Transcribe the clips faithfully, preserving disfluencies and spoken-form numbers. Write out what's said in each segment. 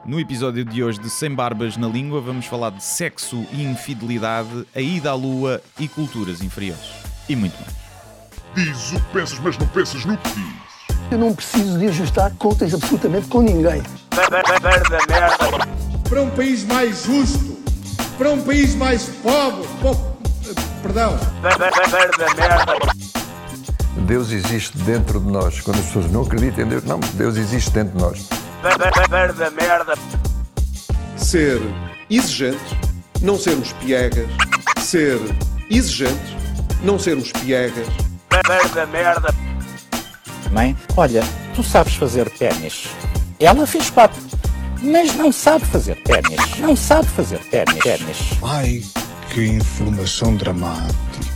No episódio de hoje de Sem Barbas na Língua vamos falar de sexo e infidelidade, a ida à lua e culturas inferiores. E muito mais. Diz o que pensas, mas não pensas no que diz. Eu não preciso de ajustar contas absolutamente com ninguém. Para um país mais justo, para um país mais pobre, po- perdão. Deus existe dentro de nós. Quando as pessoas não acreditam em Deus, não, Deus existe dentro de nós. Ser exigente, não sermos piegas. Ser exigente, não sermos piegas. Mãe, olha, tu sabes fazer ténis. Ela fez quatro, mas não sabe fazer ténis. Não sabe fazer ténis. ténis. Ai, que informação dramática.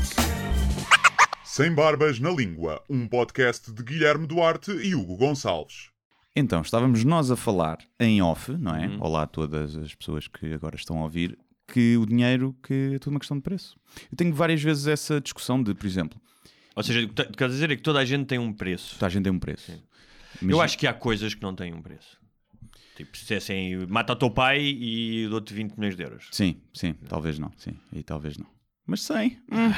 Sem Barbas na Língua, um podcast de Guilherme Duarte e Hugo Gonçalves. Então, estávamos nós a falar em off, não é? Uhum. Olá a todas as pessoas que agora estão a ouvir, que o dinheiro que é tudo uma questão de preço. Eu tenho várias vezes essa discussão de, por exemplo... Ou seja, o que quer dizer é que toda a gente tem um preço. Toda a gente tem um preço. Mas... Eu acho que há coisas que não têm um preço. Tipo, se é assim, mata o teu pai e dou-te vinte milhões de euros. Sim, sim, talvez não. Sim, e talvez não. Mas cem. Hum.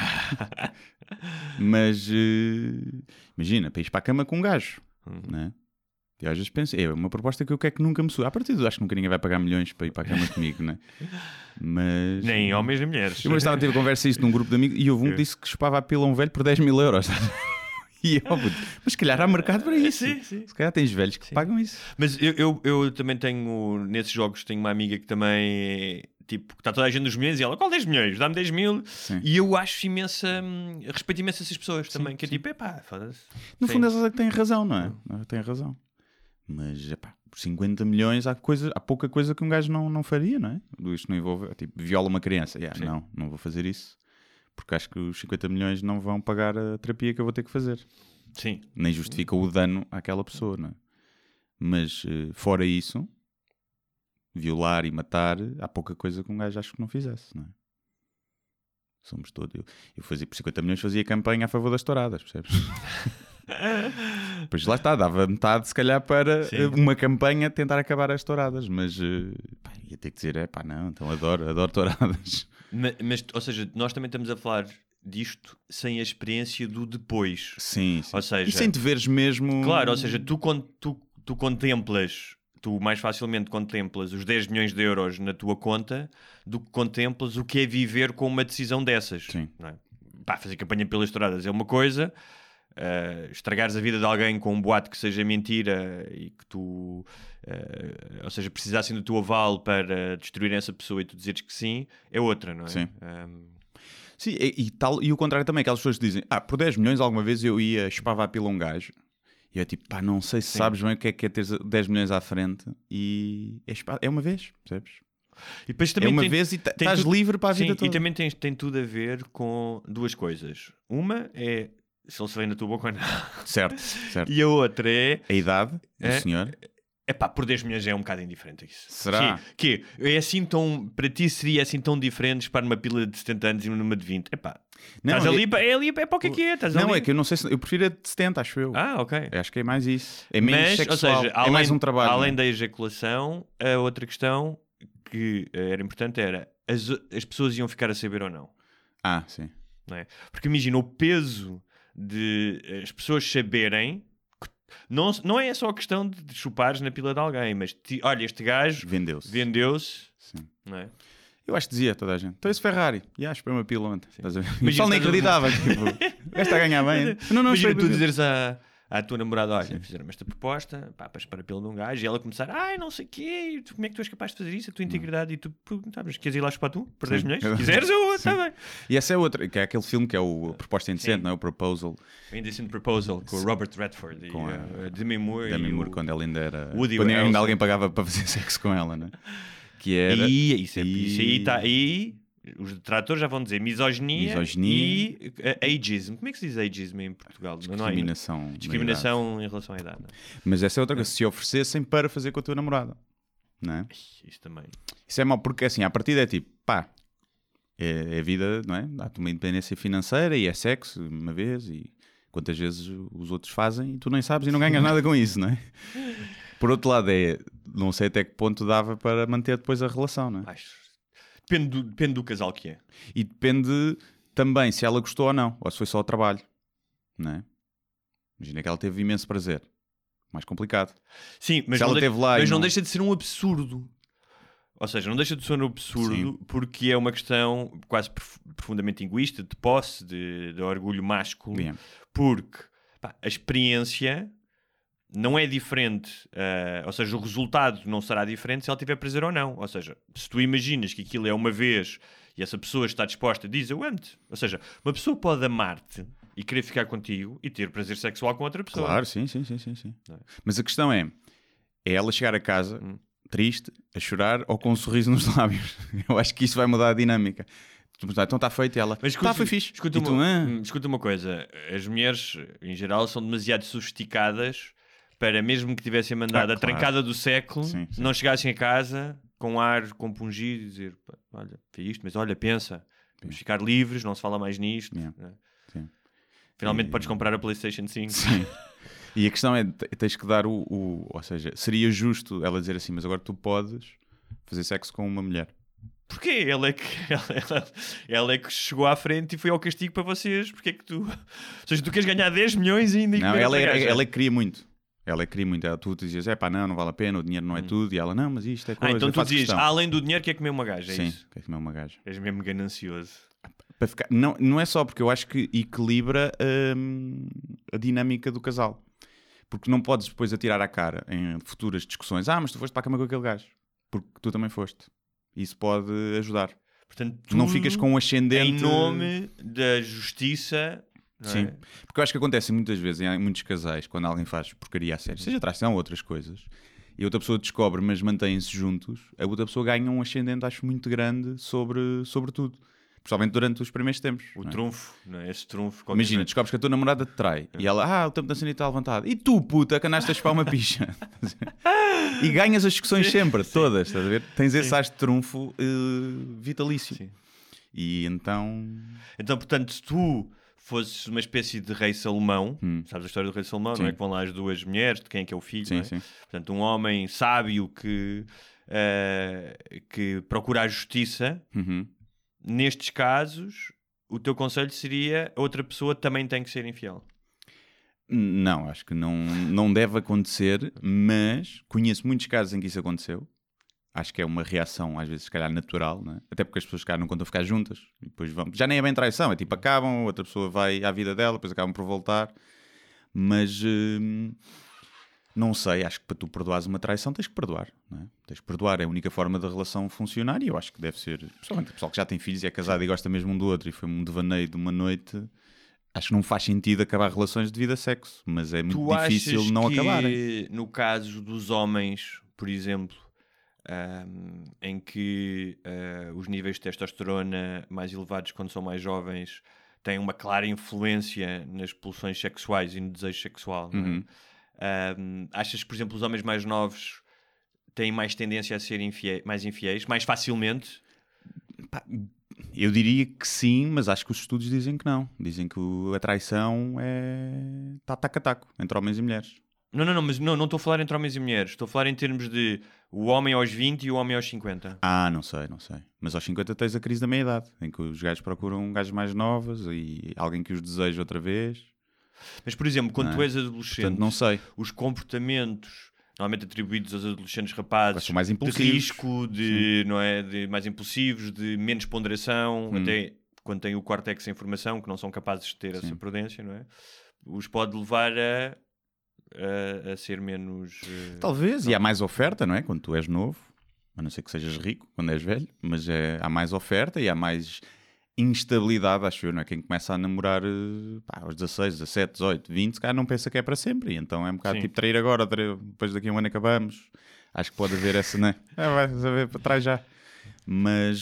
Mas, uh, imagina, para ir para a cama com um gajo, uhum. Né? E às vezes penso, é uma proposta que eu quero que nunca me suba. A partir de acho que nunca ninguém vai pagar milhões para ir para a cama comigo, né? Mas... Nem homens nem mulheres. Eu estava a ter conversa isso num grupo de amigos e houve um que disse que chupava a pila a um velho por dez mil euros. E eu, mas se calhar há mercado para isso. Sim, sim. Se calhar tens velhos que sim. pagam isso. Mas eu, eu, eu também tenho, nesses jogos, tenho uma amiga que também, tipo, está toda a gente nos milhões e ela, qual dez milhões? Dá-me dez mil. Sim. E eu acho imensa, respeito imenso essas pessoas sim, também, que é tipo, epá, foda-se. No fundo, elas é que têm razão, não é? Não. Têm razão. Mas, epá, por cinquenta milhões há, coisa, há pouca coisa que um gajo não, não faria, não é? Isto não envolve, tipo, viola uma criança. Yeah, não, não vou fazer isso. Porque acho que os cinquenta milhões não vão pagar a terapia que eu vou ter que fazer. Sim. Nem justifica o dano àquela pessoa, não é? Mas, fora isso, violar e matar, há pouca coisa que um gajo acho que não fizesse, não é? Somos todos... Eu, eu fazia, por cinquenta milhões fazia campanha a favor das touradas, percebes? Pois lá está, dava metade se calhar para sim. uma campanha tentar acabar as touradas, mas pá, ia ter que dizer, é pá não, então adoro, adoro touradas. Mas, mas, ou seja, nós também estamos a falar disto sem a experiência do depois. Sim, sim. Ou seja, e sem te veres mesmo... Claro, ou seja, tu, tu, tu contemplas, tu mais facilmente contemplas os dez milhões de euros na tua conta do que contemplas o que é viver com uma decisão dessas. Sim. Não é? Pá, fazer campanha pelas touradas é uma coisa... Uh, estragares a vida de alguém com um boato que seja mentira e que tu, uh, ou seja, precisassem do teu aval para destruir essa pessoa e tu dizeres que sim, é outra, não é? Sim. Um... Sim, e, e, tal, e o contrário também, aquelas pessoas que dizem, ah, por dez milhões alguma vez eu ia chupava a pila a um gajo e é tipo, pá, não sei se sim. sabes bem o que é que é ter dez milhões à frente e é, chupar, é uma vez, percebes? E depois também é uma tem, vez e estás livre para a vida sim, toda. E também tem, tem tudo a ver com duas coisas. Uma é se ele se vem na tua boca ou não. Certo, certo. E a outra é... A idade do é, senhor. É pá, por dez milhões é um bocado indiferente isso. Será? Que, que é assim tão... Para ti seria assim tão diferente estar numa pila de setenta anos e numa de vinte. É pá, estás é, ali, é ali, é para o que é que é. Estás não, ali. É que eu não sei se... Eu prefiro a de setenta, acho eu. Ah, ok. Eu acho que é mais isso. É menos Mas, sexual. Ou seja, além, é mais um trabalho. Além não? da ejaculação, a outra questão que era importante era as, as pessoas iam ficar a saber ou não. Ah, sim. Não é? Porque imagina o peso... de as pessoas saberem que não, não é só a questão de chupares na pila de alguém, mas te, olha, este gajo vendeu-se, vendeu-se sim. Não é? Eu acho que dizia toda a gente, então esse Ferrari, e acho que foi uma pila ontem, mas o pessoal nem acreditava, tipo, o gajo está a ganhar bem. Não, não, imagina tu dizeres a, à tua namorada, olha, fizeram-me esta proposta, pá, para espar a pila de um gajo, e ela começar, ai, não sei o quê, como é que tu és capaz de fazer isso, a tua integridade, não. E tu perguntavas, queres ir lá chupar tu, por dez milhões? Se quiseres, eu está bem. E essa é outra, que é aquele filme que é o Proposta Indecente, não é? O Proposal. O Indecent Proposal, com o Robert Redford e com a, uh, Demi Moore. Demi Moore, o... quando ela ainda era... Woody quando ainda Elson. Alguém pagava para fazer sexo com ela, não é? Que era... E isso, é, e... isso aí está aí... Os detratores já vão dizer misoginia, misoginia. E uh, ageism. Como é que se diz ageism em Portugal? Discriminação. Não é? Discriminação em relação à idade. Não? Mas essa é outra coisa. Se oferecessem para fazer com a tua namorada. Não é? Isso também. Isso é mau, porque assim, a partida é tipo, pá, é, é vida, não é? Dá-te uma independência financeira e é sexo, uma vez, e quantas vezes os outros fazem e tu nem sabes e não ganhas nada com isso, não é? Por outro lado, é, não sei até que ponto dava para manter depois a relação, não é? Acho. Depende do, depende do casal que é. E depende também se ela gostou ou não, ou se foi só o trabalho, não é? Imagina que ela teve imenso prazer. Mais complicado. Sim, mas, se não, ela de... teve lá mas não... não deixa de ser um absurdo. Ou seja, não deixa de ser um absurdo. Sim. Porque é uma questão quase prof... profundamente egoísta, de posse, de, de orgulho másculo. Bem. Porque pá, a experiência não é diferente, uh, ou seja, o resultado não será diferente se ela tiver prazer ou não. Ou seja, se tu imaginas que aquilo é uma vez e essa pessoa está disposta a dizer eu amo-te. Ou seja, uma pessoa pode amar-te e querer ficar contigo e ter prazer sexual com outra pessoa. Claro, sim, sim, sim, sim, sim. Mas a questão é, é ela chegar a casa hum. triste, a chorar ou com um sorriso nos lábios. Eu acho que isso vai mudar a dinâmica. Então está feito e ela, está, foi fixe. Escuta, e tu, uma, ah? escuta uma coisa, as mulheres em geral são demasiado sofisticadas para mesmo que tivessem mandado ah, a claro. trancada do século, sim, sim. não chegassem a casa com ar compungido e dizer, olha, fiz isto, mas olha, pensa, vamos sim. ficar livres, não se fala mais nisto. Yeah. Né? Sim. Finalmente e... podes comprar a PlayStation cinco. Sim. E a questão é, tens que dar o, o... Ou seja, seria justo ela dizer assim, mas agora tu podes fazer sexo com uma mulher. Porquê? Ela é, que, ela, ela, ela é que chegou à frente e foi ao castigo para vocês. Porquê é que tu... Ou seja, tu queres ganhar dez milhões e ainda... Não, ela, ela, ela queria muito. Ela queria muito. Ela, tu dizias, é pá, não, não vale a pena, o dinheiro não é hum. tudo. E ela, não, mas isto é coisa. Ah, então tu dizias, questão. além do dinheiro, quer comer uma gaja, é Sim, isso? quer comer uma gaja. És mesmo ganancioso. Para ficar... não, não é só porque eu acho que equilibra hum, a dinâmica do casal. Porque não podes depois atirar a cara em futuras discussões. Ah, mas tu foste para a cama com aquele gajo. Porque tu também foste. Isso pode ajudar. Portanto, não ficas com um ascendente... Em nome da justiça... Não Sim, é? porque eu acho que acontece muitas vezes em muitos casais, quando alguém faz porcaria a sério, seja traição ou outras coisas, e a outra pessoa descobre, mas mantêm-se juntos, a outra pessoa ganha um ascendente, acho, muito grande sobre, sobre tudo. Principalmente durante os primeiros tempos. O não é? trunfo, não é? Esse trunfo. Imagina, descobres que a tua namorada te trai é. e ela, ah, o tempo da sanita está levantado. E tu, puta, que andaste a chupar uma picha. E ganhas as discussões sim, sempre, sim. todas, estás a ver? Tens sim. esse as de trunfo uh, vitalício. Sim. E então... Então, portanto, se tu fosses uma espécie de rei Salomão, hum. sabes a história do rei Salomão, sim. não é? Que vão lá as duas mulheres, de quem é que é o filho, sim, não é? Sim. Portanto, um homem sábio que, uh, que procura a justiça, uhum. nestes casos, o teu conselho seria a outra pessoa também tem que ser infiel. Não, acho que não, não deve acontecer, mas conheço muitos casos em que isso aconteceu. Acho que é uma reação, às vezes, se calhar, natural, né? Até porque as pessoas, se calhar, não contam ficar juntas. E depois vão... Já nem é bem traição, é tipo, acabam, outra pessoa vai à vida dela, depois acabam por voltar. Mas, hum, não sei, acho que para tu perdoares uma traição tens que perdoar, né? Tens que perdoar, é a única forma da relação funcionar e eu acho que deve ser... Principalmente o pessoal que já tem filhos e é casado e gosta mesmo um do outro e foi um devaneio de uma noite... Acho que não faz sentido acabar relações devido a sexo, mas é muito tu difícil achas não que, acabarem. No caso dos homens, por exemplo... Um, em que uh, os níveis de testosterona mais elevados quando são mais jovens têm uma clara influência nas pulsões sexuais e no desejo sexual, não é? Uhum. Um, achas que, por exemplo, os homens mais novos têm mais tendência a ser infiéis, mais infiéis, mais facilmente? Pá, eu diria que sim, mas acho que os estudos dizem que não. Dizem que a traição é tá taco a taco entre homens e mulheres. Não, não, não, mas não, não estou a falar entre homens e mulheres. Estou a falar em termos de o homem aos vinte e o homem aos cinquenta. Ah, não sei, não sei. Mas aos cinquenta tens a crise da meia-idade, em que os gajos procuram gajos mais novos e alguém que os deseja outra vez. Mas, por exemplo, quando não tu é? és adolescente, Portanto, não sei. Os comportamentos normalmente atribuídos aos adolescentes rapazes são mais impulsivos. De risco, de, não é, de mais impulsivos, de menos ponderação, hum. até quando têm o córtex em formação, que não são capazes de ter Sim. essa prudência, não é? Os pode levar a... A, a ser menos... Uh... Talvez, não. E há mais oferta, não é? Quando tu és novo, a não ser que sejas rico, quando és velho, mas é, há mais oferta e há mais instabilidade, acho eu, não é? Quem começa a namorar pá, aos dezasseis, dezassete, dezoito, vinte, se calhar não pensa que é para sempre, e então é um bocado Sim. tipo trair agora, trair, depois daqui a um ano acabamos, acho que pode haver essa, não é? É, vai saber para trás já. Mas,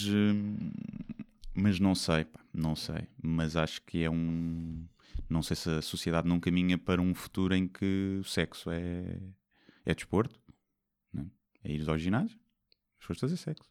mas não sei, pá, não sei, mas acho que é um... Não sei se a sociedade não caminha para um futuro em que o sexo é, é desporto, não é? É ir ao ginásio, as pessoas fazer sexo.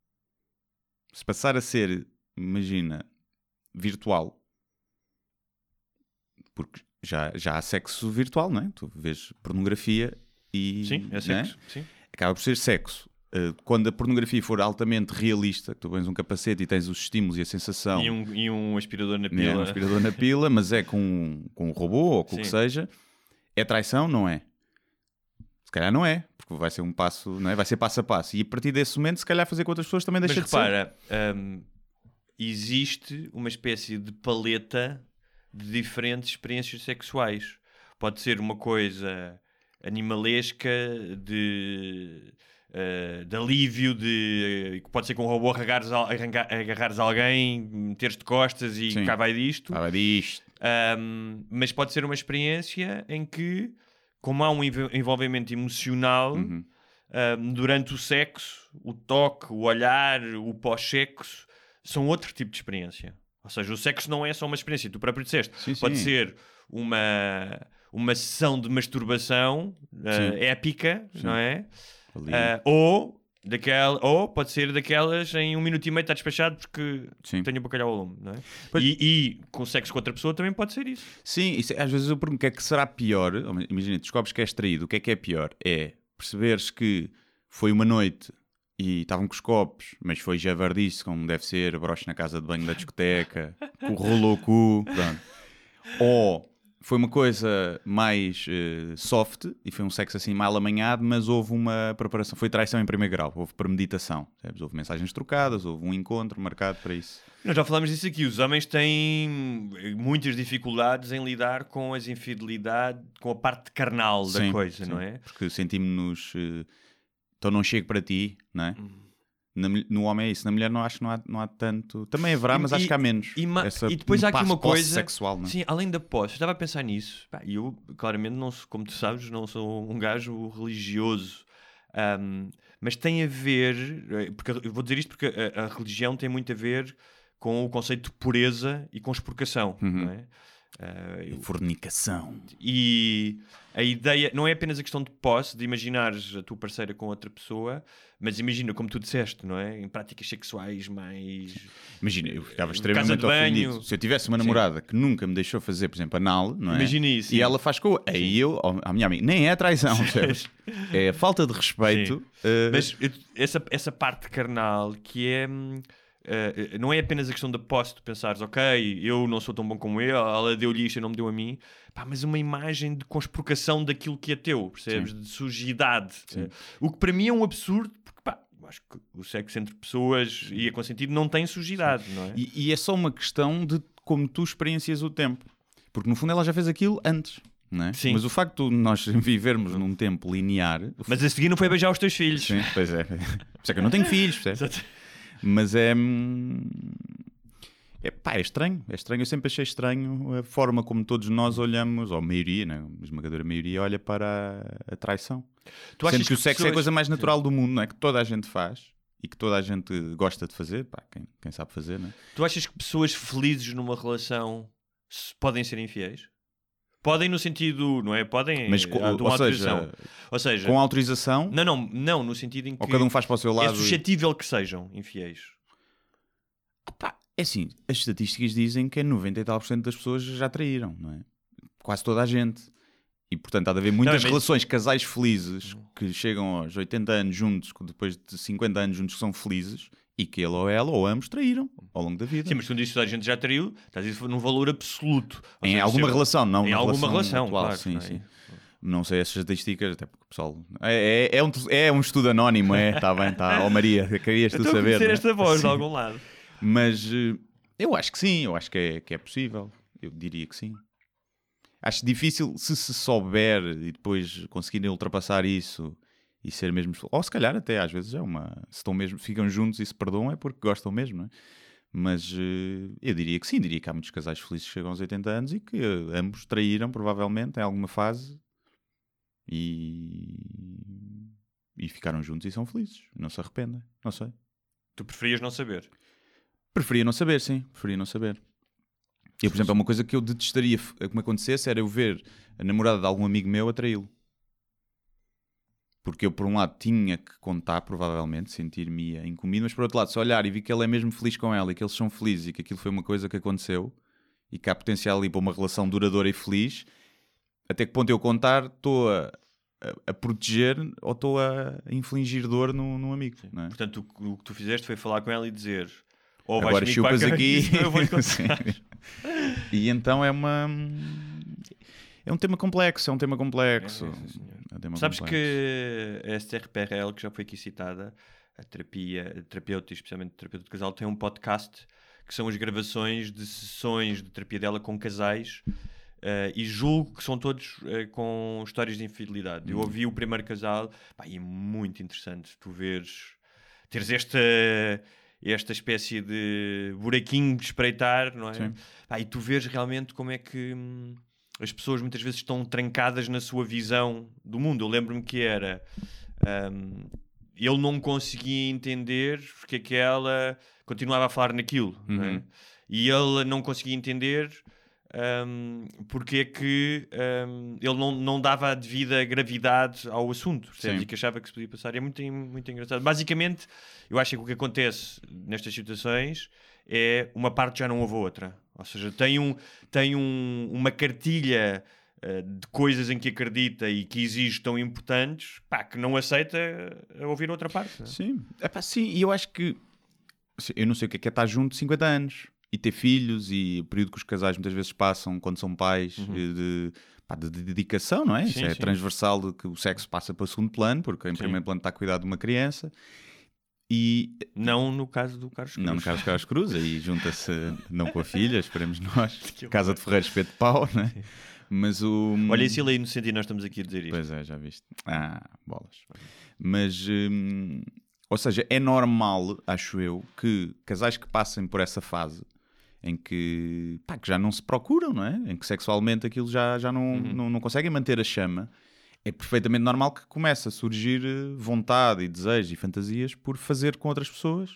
Se passar a ser, imagina, virtual, porque já, já há sexo virtual, não é? Tu vês pornografia e... Sim, é sexo. Né? Sim. Acaba por ser sexo. Uh, quando a pornografia for altamente realista, que tu pões um capacete e tens os estímulos e a sensação... E um, e um aspirador na pila. É, um aspirador na pila, mas é com, com um robô ou com o que seja. É traição? Não é. Se calhar não é, porque vai ser um passo, não é? Vai ser passo a passo. E a partir desse momento, se calhar fazer com outras pessoas também deixa mas de repara, ser. Mas um, existe uma espécie de paleta de diferentes experiências sexuais. Pode ser uma coisa animalesca, de... Uh, de alívio, de, uh, pode ser com um robô agarrares, agarrares alguém, meteres de costas e Sim. cá vai disto. Cá vai disto. Um, mas pode ser uma experiência em que, como há um envolvimento emocional, uhum. um, durante o sexo, o toque, o olhar, o pós-sexo, são outro tipo de experiência. Ou seja, o sexo não é só uma experiência, tu próprio disseste. Sim, pode sim. ser uma, uma sessão de masturbação uh, épica, sim. não é? Uh, ou, daquela, ou pode ser daquelas em um minuto e meio está despachado porque Sim. tenho o bacalhau ao lume, não é? E, e com sexo com outra pessoa também pode ser isso. Sim, isso, às vezes eu pergunto o que é que será pior. Imagina, descobres que és traído, o que é que é pior? É perceberes que foi uma noite e estavam com os copos, mas foi javardice, como deve ser, broche na casa de banho da discoteca, com o rolou cu, pronto. Ou foi uma coisa mais uh, soft e foi um sexo assim mal amanhado, mas houve uma preparação, foi traição em primeiro grau, houve premeditação, sabes? Houve mensagens trocadas, houve um encontro marcado para isso. Nós já falámos disso aqui, os homens têm muitas dificuldades em lidar com as infidelidades, com a parte carnal da sim, coisa, sim. não é? Porque sentimos-nos, uh, então não chego para ti, não é? Hum. Na, no homem é isso, na mulher não acho que não há, não há tanto, também haverá, mas e, acho que há menos. E, ma... Essa, e depois há aqui uma coisa sexual, não é? Sim, além da posse, eu estava a pensar nisso, e eu claramente não sou, como tu sabes, não sou um gajo religioso, um, mas tem a ver, porque eu vou dizer isto porque a, a religião tem muito a ver com o conceito de pureza e com expurgação, uhum. não é? Uh, eu... Fornicação. E a ideia não é apenas a questão de posse, de imaginares a tua parceira com outra pessoa, mas imagina, como tu disseste, não é? Em práticas sexuais mais... Imagina, eu ficava extremamente ofendido. Se eu tivesse uma namorada Sim. que nunca me deixou fazer, por exemplo, anal, não é? Imagina isso. E sim. ela faz com... Aí eu, a minha amiga, nem é a traição, é a falta de respeito. Uh... Mas essa, essa parte carnal que é... Uh, não é apenas a questão da posse de pensares, ok, eu não sou tão bom como ele, ela deu-lhe isto e não me deu a mim, pá, mas uma imagem de conspurcação daquilo que é teu, percebes? Sim. De sujidade. Uh, o que para mim é um absurdo, porque pá, acho que o sexo entre pessoas e a consentido não tem sujidade, Sim. não é? E, e é só uma questão de como tu experiencias o tempo, porque no fundo ela já fez aquilo antes. Não é? Sim. Mas o facto de nós vivermos num tempo linear... Mas a seguir não foi beijar os teus filhos. Sim, pois é. Por isso é que eu não tenho filhos, percebes? Mas é, é, pá, é estranho, é estranho. Eu sempre achei estranho a forma como todos nós olhamos, ou a maioria, né? A esmagadora maioria olha para a, a traição. Tu achas Sendo que, que o sexo pessoas... é a coisa mais natural Sim. do mundo, não é? Que toda a gente faz e que toda a gente gosta de fazer, pá, quem, quem sabe fazer, não é? Tu achas que pessoas felizes numa relação podem ser infiéis? Podem no sentido, não é? Podem, mas com, ou, autorização. Seja, ou seja, com autorização? Não, não, não, no sentido em que ou cada um faz para o seu lado é suscetível e... que sejam infiéis. Epá, é assim, as estatísticas dizem que noventa e tal por cento das pessoas já traíram, não é? Quase toda a gente. E portanto há de haver muitas não, mas... relações, casais felizes que chegam aos oitenta anos juntos, depois de cinquenta anos juntos, que são felizes. E que ele ou ela, ou ambos, traíram ao longo da vida. Sim, mas quando isso a gente já traiu, estás a dizer num valor absoluto. Ou em seja, alguma se... relação, não em na alguma relação, relação atual, claro, sim, não, sim. Não sei essas estatísticas, até porque o pessoal... É, é, é, um, é um estudo anónimo, é? Está bem, está. Oh Maria, querias tu eu saber. Estou a esta voz sim. de algum lado. Mas eu acho que sim, eu acho que é, que é possível. Eu diria que sim. Acho difícil, se se souber e depois conseguirem ultrapassar isso... E ser mesmo... Ou se calhar até às vezes é uma... Se estão mesmo, ficam juntos e se perdoam é porque gostam mesmo, não é? Mas uh, eu diria que sim. Diria que há muitos casais felizes que chegam aos oitenta anos e que uh, ambos traíram, provavelmente, em alguma fase. E... E ficaram juntos e são felizes. Não se arrependem. Não sei. Tu preferias não saber? Preferia não saber, sim. Preferia não saber. Eu, por exemplo, é uma coisa que eu detestaria que me acontecesse era eu ver a namorada de algum amigo meu a traí-lo. Porque eu, por um lado, tinha que contar, provavelmente, sentir-me incumbido, mas por outro lado, se olhar e vi que ele é mesmo feliz com ela e que eles são felizes e que aquilo foi uma coisa que aconteceu e que há potencial ali para uma relação duradoura e feliz, até que ponto eu contar, estou a, a, a proteger ou estou a infligir dor no, no amigo. Não é? Portanto, o, o que tu fizeste foi falar com ela e dizer ou vais agora chupas aqui. Eu vou e então é uma... É um tema complexo, é um tema complexo. É, é, é um tema Sabes complexo. que a Esther Perel, que já foi aqui citada, a terapia, a terapeuta, especialmente a terapeuta de casal, tem um podcast que são as gravações de sessões de terapia dela com casais uh, e julgo que são todos uh, com histórias de infidelidade. Eu ouvi o primeiro casal, pá, e é muito interessante tu veres, teres esta, esta espécie de buraquinho de espreitar, não é? Pá, e tu vês realmente como é que hum, as pessoas muitas vezes estão trancadas na sua visão do mundo. Eu lembro-me que era... Um, ele não conseguia entender porque é que ela continuava a falar naquilo. Uhum. Não é? E ele não conseguia entender um, porque é que um, ele não, não dava a devida gravidade ao assunto. E que achava que se podia passar. É muito, muito engraçado. Basicamente, eu acho que o que acontece nestas situações é uma parte já não houve outra. Ou seja, tem, um, tem um, uma cartilha de coisas em que acredita e que exige tão importantes, pá, que não aceita ouvir outra parte. Não é? Sim, é pá, sim, e eu acho que eu não sei o que é, que é estar junto cinquenta anos e ter filhos e o período que os casais muitas vezes passam quando são pais, uhum. de, pá, de dedicação, não é? Sim, Isso é sim. transversal de que o sexo passa para o segundo plano, porque em sim. primeiro plano está a cuidar de uma criança. E... Não no caso do Carlos Cruz. Não no caso do Carlos Cruz, aí junta-se não com a filha, esperemos nós, Casa de Ferreiro, espeto de pau, não é? Mas o... Olha, isso ele é inocente e nós estamos aqui a dizer isto. Pois é, já viste. Ah, bolas. Mas, hum, ou seja, é normal, acho eu, que casais que passem por essa fase em que, pá, que já não se procuram, não é? Em que sexualmente aquilo já, já não, uhum. não, não conseguem manter a chama, é perfeitamente normal que comece a surgir vontade e desejo e fantasias por fazer com outras pessoas.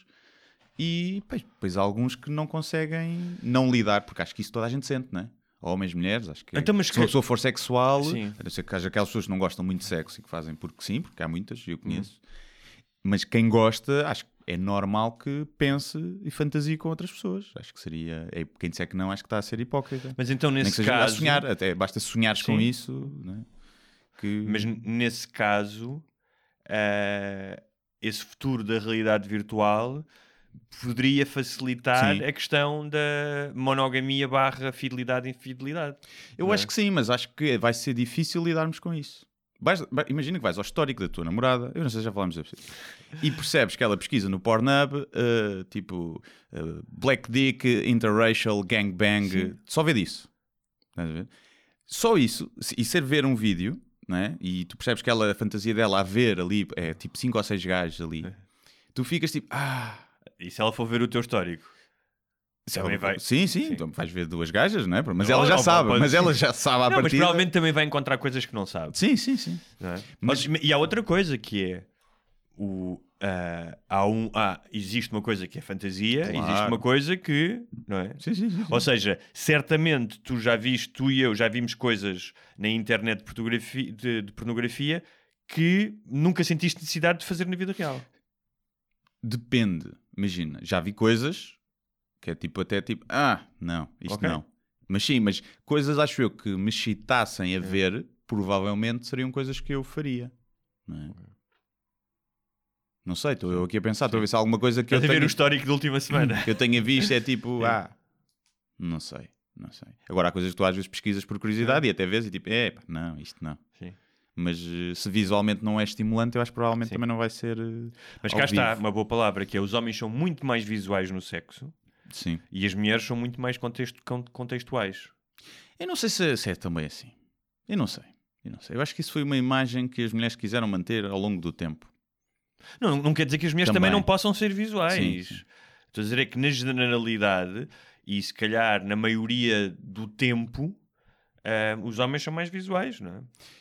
E pois, pois há alguns que não conseguem não lidar, porque acho que isso toda a gente sente, não é? Homens, mulheres, acho que então, mas se que... uma pessoa for sexual, sim. a não ser que haja aquelas pessoas que não gostam muito de sexo e que fazem porque sim, porque há muitas, eu conheço, uhum. mas quem gosta, acho que é normal que pense e fantasie com outras pessoas. Acho que seria, é, quem disser que não, acho que está a ser hipócrita. Mas então nesse Nem que seja caso... a sonhar, até basta sonhares com isso, não é? Que... Mas nesse caso, uh, esse futuro da realidade virtual poderia facilitar sim. a questão da monogamia barra fidelidade e infidelidade. Eu acho é? que sim, mas acho que vai ser difícil lidarmos com isso. Vais, imagina que vais ao histórico da tua namorada, eu não sei se já falámos disso, e percebes que ela pesquisa no Pornhub, uh, tipo, uh, Black Dick, Interracial, Gangbang, sim. só vê disso. Estás a ver? Só isso, e ser ver um vídeo, não é? E tu percebes que ela, a fantasia dela a ver ali, é tipo cinco ou seis gajos ali, é. tu ficas tipo, ah... E se ela for ver o teu histórico? Também vai... Sim, sim, sim, então vais ver duas gajas, não é? Mas não, ela já não, sabe, pode... mas ela já sabe à não, partida. Mas provavelmente também vai encontrar coisas que não sabe. Sim, sim, sim. É? Mas... Mas, e há outra coisa que é, o, uh, há um, ah, existe uma coisa que é fantasia, claro. Existe uma coisa que, não é? Sim, sim, sim, sim. Ou seja, certamente tu já viste, tu e eu já vimos coisas na internet de pornografia, de, de pornografia que nunca sentiste necessidade de fazer na vida real. Depende. Imagina, já vi coisas que é tipo até tipo, ah, não, isto okay. não. Mas sim, mas coisas acho eu que me excitassem a é. ver, provavelmente seriam coisas que eu faria. Não é? Okay. Não sei, estou eu aqui a pensar, estou a ver se há alguma coisa que Estás eu a ver tenha... o histórico da última semana. que eu tenha visto, é tipo, ah, não sei, não sei. Agora há coisas que tu às vezes pesquisas por curiosidade é. e até vês e tipo, é, pá, não, isto não. Sim. Mas se visualmente não é estimulante, eu acho que provavelmente sim. também não vai ser. Mas cá está vivo. Uma boa palavra, que é os homens são muito mais visuais no sexo. Sim. E as mulheres são muito mais contexto, contextuais. Eu não sei se, se é também assim. Eu não sei. Eu não sei. Eu acho que isso foi uma imagem que as mulheres quiseram manter ao longo do tempo. Não, não quer dizer que as mulheres também, também não possam ser visuais. Sim, sim. Estou a dizer é que na generalidade, e se calhar na maioria do tempo, uh, os homens são mais visuais, não é?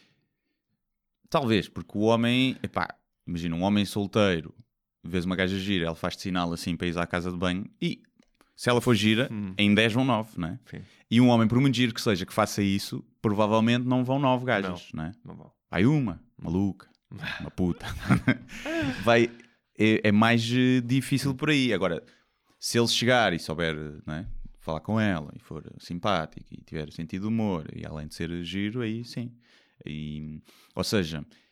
Talvez, porque o homem, epá, imagina um homem solteiro, vês uma gaja gira, ela faz-te sinal assim para ir à casa de banho e se ela for gira, hum. em dez vão nove, não é? Sim. E um homem, por muito giro que seja, que faça isso, provavelmente não vão nove gajas, não, não é? Não vão. Vai uma, maluca, uma puta. Vai, é, é mais difícil por aí. Agora, se ele chegar e souber, não é? Falar com ela e for simpático e tiver sentido de humor e além de ser giro, aí sim. E, ou seja,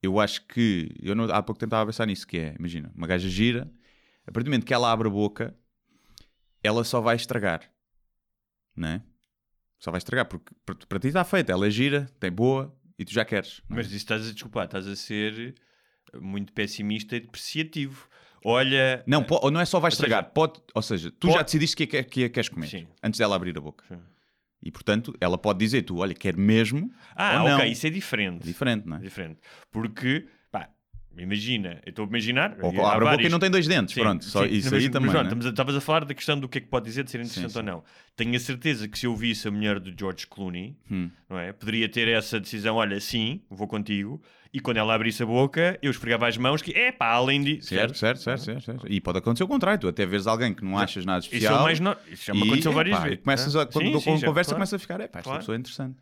eu acho que, eu não, há pouco tentava pensar nisso, que é, imagina, uma gaja gira, a partir do momento que ela abre a boca, ela só vai estragar, não é? Só vai estragar, porque para ti está feita, ela é gira, tem boa, e tu já queres. Não é? Mas isso estás a desculpar, estás a ser muito pessimista e depreciativo. Olha... Não, po- não é só vai estragar, seja, pode, ou seja, tu pode... já decidiste que, é, que, é, que queres comer, Sim. antes dela abrir a boca. Sim. E, portanto, ela pode dizer, tu, olha, quer mesmo Ah, ou não. ok, isso é diferente. É diferente, não é? Diferente. Porque, pá, imagina, eu estou a imaginar... Ou há abre a boca vários- e não tem dois dentes, Sim, pronto, só sim, isso mas- aí mas também, pronto, né? estamos a- Estavas a falar da questão do que é que pode dizer de ser interessante Sim, ou sim. não. Tenho a certeza que se eu visse a mulher do George Clooney, Hum. não é? Poderia ter essa decisão, olha, sim, vou contigo, e quando ela abrisse a boca, eu esfregava as mãos, que é pá, além de... Certo, certo, certo, certo, certo. E pode acontecer o contrário, tu até vês alguém que não achas nada Isso é especial. o mais... No... Isso já me e, aconteceu várias epá, vezes. e começas a, quando Sim, dou sim, com já, conversa, claro. começa a ficar, epá, esta Claro. pessoa é interessante.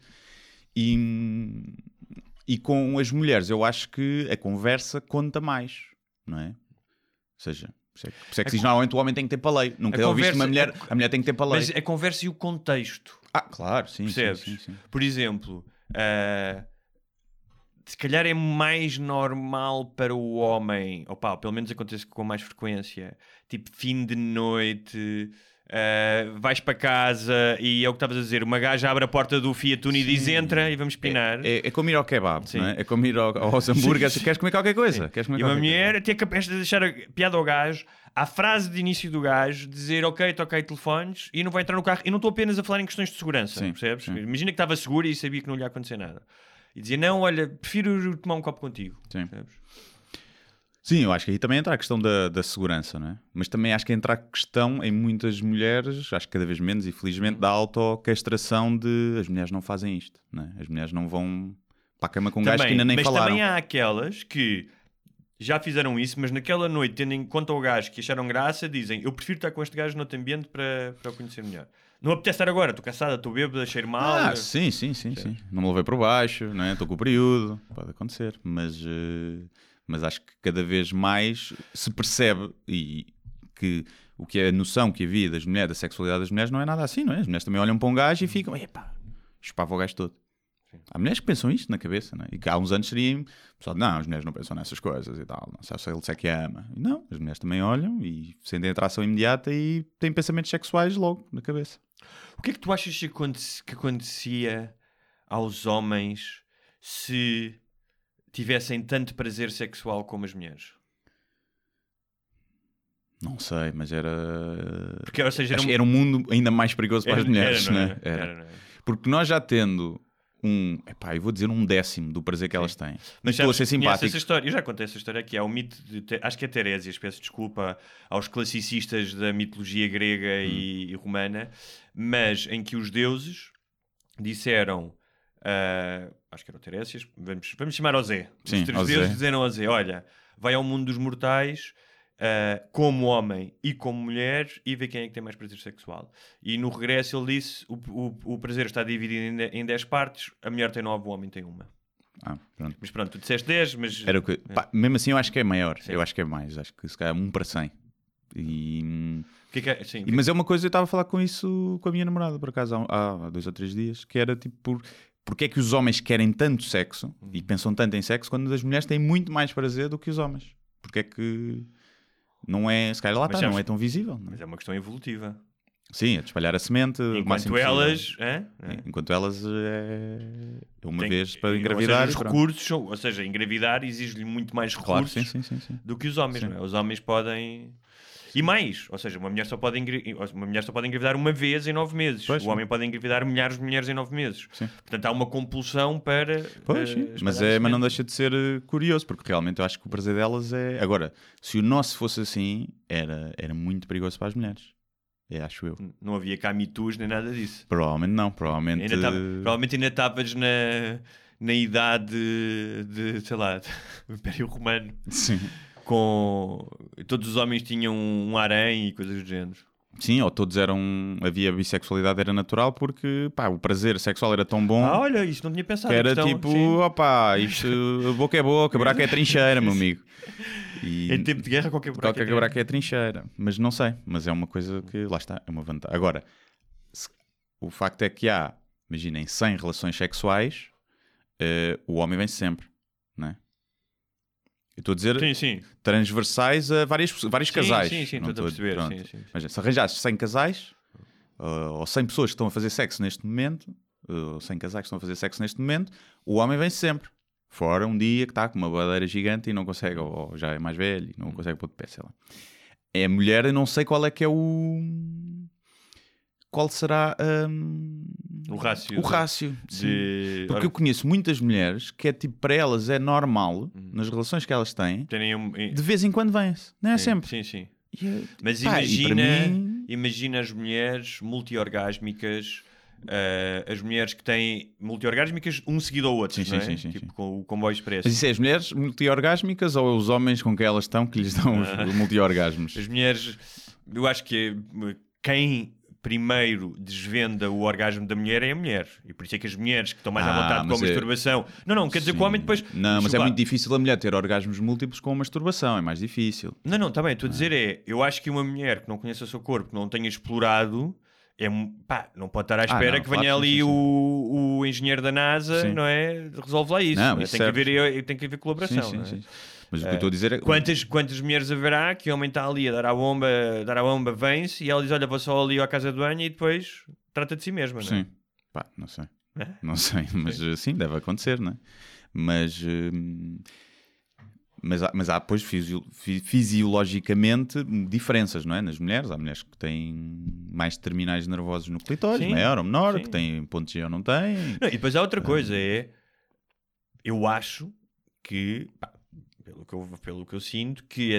E, e com as mulheres, eu acho que a conversa conta mais, não é? Ou seja, por isso é que, por isso é que se diz, normalmente o homem tem que ter paleio. Nunca a ouviste uma conversa- mulher, a mulher tem que ter paleio. Mas a conversa e o contexto. Ah, claro, sim, sim, Percebes? sim, sim. Por exemplo, ah, se calhar é mais normal para o homem, ou pá, pelo menos acontece com mais frequência, tipo fim de noite, ah, vais para casa e é o que estavas a dizer, uma gaja abre a porta do Fiat Uno e diz entra e vamos pinar. É, é, é como ir ao kebab, Sim. não é? É como ir ao, aos hambúrgueres. Queres comer qualquer coisa? Queres comer E uma qualquer mulher tem a capacidade de deixar a piada ao gajo, à frase de início do gajo, dizer ok, toquei telefones e não vai entrar no carro. E não estou apenas a falar em questões de segurança, Sim, percebes? sim. Imagina que estava seguro e sabia que não lhe ia acontecer nada. E dizia, não, olha, prefiro tomar um copo contigo. Sim. Percebes? Sim, eu acho que aí também entra a questão da, da segurança, não é? Mas também acho que entra a questão em muitas mulheres, acho que cada vez menos, infelizmente, da autocastração de as mulheres não fazem isto, não é? As mulheres não vão para a cama com um gajo que ainda nem mas falaram. também há aquelas que já fizeram isso, mas naquela noite, tendo em conta o gajo que acharam graça, dizem, eu prefiro estar com este gajo noutro ambiente para, para o conhecer melhor. Não apetece estar agora, estou cansada, estou bêbada, cheiro mal. Ah, sim, sim, sim, sim. Não me levei por baixo, não é? Estou com o período, pode acontecer, mas, eh, mas acho que cada vez mais se percebe e que o que é a noção que havia das mulheres, da sexualidade das mulheres, não é nada assim, não é? As mulheres também olham para um gajo e ficam, epá, chupava o gajo todo. Há mulheres que pensam isto na cabeça, não é? E que há uns anos seria pessoal, não, as mulheres não pensam nessas coisas e tal, não sei se ele é que a ama. E não, as mulheres também olham e sentem atração imediata e têm pensamentos sexuais logo na cabeça. O que é que tu achas que aconte- que acontecia aos homens se tivessem tanto prazer sexual como as mulheres? Não sei, mas era. Porque, ou seja, era Acho um- que era um mundo ainda mais perigoso para Era- as mulheres, era, não né? era? Era. Era, não era? Porque nós já tendo um, epá, eu vou dizer um décimo do prazer que elas têm, mas estou a sabes, ser conheces simpático. essa história? Eu já contei essa história aqui. Há o mito de Te- acho que é Terésias, peço desculpa aos classicistas da mitologia grega Hum. e, e romana, mas em que os deuses disseram, ah, acho que era o Terésias, vamos, vamos chamar ao Zé. Sim, os três ao deuses Zé. disseram ao Zé: olha, vai ao mundo dos mortais. ah, como homem e como mulher, e vê quem é que tem mais prazer sexual. E no regresso ele disse: o, o, o prazer está dividido em de- em dez partes, a mulher tem nove, o homem tem uma. Ah, pronto. Mas pronto, tu disseste dez, mas. Era o que, pá, mesmo assim eu acho que é maior, Sim. eu acho que é mais, acho que se calhar um para cem. E, O que é que é? Sim, e- mas é uma coisa, eu estava a falar com isso com a minha namorada, por acaso, há, há dois ou três dias, que era tipo, por, porque é que os homens querem tanto sexo e pensam tanto em sexo quando as mulheres têm muito mais prazer do que os homens? Porque é que não é, se calhar lá Mas está, não sabes- é tão visível, não é? Mas é uma questão evolutiva. Sim, é de espalhar a semente o Enquanto máximo elas. possível. hã? Hã? Enquanto elas é é uma Tem- vez para ou engravidar. seja, os e pronto. recursos, são- ou seja, engravidar exige-lhe muito mais Claro, recursos sim, sim, sim, sim. do que os homens, Sim. não é? Os homens podem. E mais, ou seja, uma mulher só pode, engra... uma mulher só pode engravidar uma vez em nove meses. Pois, o sim. homem pode engravidar milhares de mulheres em nove meses. Sim. Portanto, há uma compulsão para. Pois, eh, sim. Mas, espalhar é, mas não semente. deixa de ser eh, curioso, porque realmente eu acho que o prazer delas é. Agora, se o nosso fosse assim, era, era muito perigoso para as mulheres. É, acho eu. Não havia cá mitus nem nada disso. Provavelmente não, provavelmente. Ainda tava- provavelmente ainda estavas na, na idade de, de, sei lá, do Império Romano. Sim. Com todos os homens tinham um harém e coisas do género. Sim, ou todos eram. Havia bissexualidade, era natural, porque pá, o prazer sexual era tão bom Ah, olha, isso não tinha pensado. que a era questão, tipo, sim. opá, isto, boca é boca, buraco é trincheira, meu amigo. E Em tempo de guerra, qualquer buraco qualquer é buraco é trincheira. Mas não sei, mas é uma coisa que, lá está, é uma vantagem. Agora, se- o facto é que há, imaginem, cem relações sexuais, eh, o homem vem sempre, não é? Eu estou a dizer Sim, sim. transversais a várias, vários Sim, casais. sim, sim, Não estou a estou perceber, pronto. sim, sim, sim. Mas se arranjaste cem casais, uh, ou cem pessoas que estão a fazer sexo neste momento, uh, ou cem casais que estão a fazer sexo neste momento, o homem vem sempre. Fora um dia que está com uma badeira gigante e não consegue, ou já é mais velho e não consegue pôr de pé, sei lá. É a mulher, eu não sei qual é que é o... Qual será um... o rácio? O rácio, de... Porque eu conheço muitas mulheres que é tipo, para elas é normal, hum. nas relações que elas têm, um... de vez em quando vem-se, não é sim, sempre. Sim, sim. E, Mas pá, imagina, mim... imagina as mulheres multiorgásmicas, uh, as mulheres que têm multiorgásmicas um seguido ao outro, sim, não é? sim, sim, tipo sim. com o comboio expresso. Mas isso é as mulheres multiorgásmicas ou os homens com que elas estão que lhes dão os multiorgasmos? As mulheres, eu acho que quem primeiro desvenda o orgasmo da mulher é a mulher. E por isso é que as mulheres que estão mais ah, à vontade com a masturbação... É... Não, não, quer dizer Sim. que o homem depois... Não, mas Chupa... é muito difícil a mulher ter orgasmos múltiplos com a masturbação, é mais difícil. Não, não, está bem, estou a dizer é... Eu acho que uma mulher que não conheça o seu corpo, que não tenha explorado... É, pá, não pode estar à espera ah, não, que venha claro, ali sim, sim. O, o engenheiro da NASA, sim. não é? Resolve lá isso. Não, não é? isso tem, que haver, tem que haver colaboração. Sim, não é? sim, sim. Mas o que eu estou a dizer é... Quantas, quantas mulheres haverá que o homem está ali a dar a bomba, dar a bomba, vem-se e ela diz, olha, vou só ali à casa de banho e depois trata de si mesma, não é? Sim. Pá, não sei. É? Não sei, mas sim. sim, deve acontecer, não é? Mas... Hum... Mas há, mas há depois fisio, fisiologicamente diferenças, não é? Nas mulheres. Há mulheres que têm mais terminais nervosos no clitóris, sim, maior ou menor, sim. que têm pontos G ou não têm. Não, e depois há outra coisa, é... Eu acho que, pá, pelo que eu, pelo que eu sinto, que a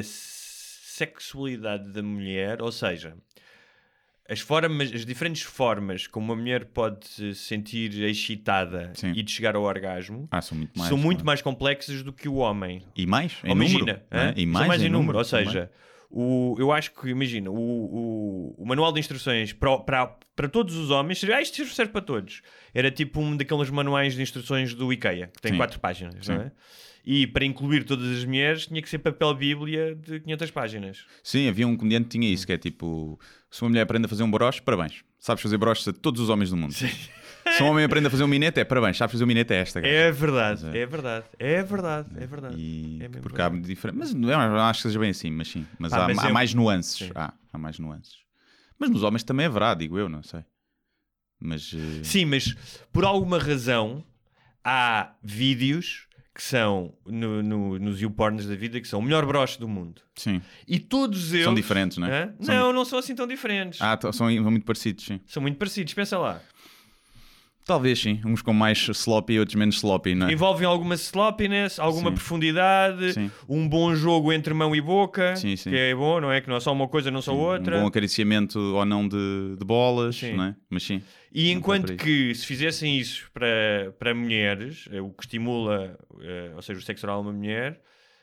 sexualidade da mulher, ou seja... As, formas, as diferentes formas como uma mulher pode se sentir excitada Sim. e de chegar ao orgasmo ah, são muito, mais, são muito mais complexas do que o homem. E mais? Em imagina, número? É? E mais, são mais em, em número. número. Ou seja, o, eu acho que, imagina, o, o, o manual de instruções para, para, para todos os homens, ah, isto serve para todos. Era tipo um daqueles manuais de instruções do IKEA, que tem Sim. quatro páginas, Sim. não é? E para incluir todas as mulheres tinha que ser papel bíblia de quinhentas páginas. Sim, havia um comediante que tinha isso, que é tipo... Se uma mulher aprende a fazer um broche, parabéns. Sabes fazer broches a todos os homens do mundo. Sim. Se um homem aprende a fazer um minete, é parabéns. Sabes fazer um minete, é esta. Gaja. É verdade, é... é verdade. É verdade, é verdade. E... É porque verdade. há diferente... Mas não acho que seja bem assim, mas sim. Mas, ah, há, mas há eu... mais nuances. Há, há mais nuances. Mas nos homens também é verdade, digo eu, não sei. Mas... Uh... Sim, mas por alguma razão há vídeos... que são no, no, nos YouPorns da vida, que são o melhor broche do mundo. Sim. E todos eles... São diferentes, não é? São não, di... não são assim tão diferentes. Ah, são, são muito parecidos, sim. São muito parecidos, pensa lá. Talvez, sim. Uns com mais sloppy e outros menos sloppy, não é? Envolvem alguma sloppiness, alguma sim. profundidade, sim. um bom jogo entre mão e boca, sim, sim. que é bom, não é? Que não é só uma coisa, não só outra. Um bom acariciamento ou não de, de bolas, sim. não é? Mas sim. E enquanto que se fizessem isso para, para mulheres, o que estimula, ou seja, o sexo oral a uma mulher,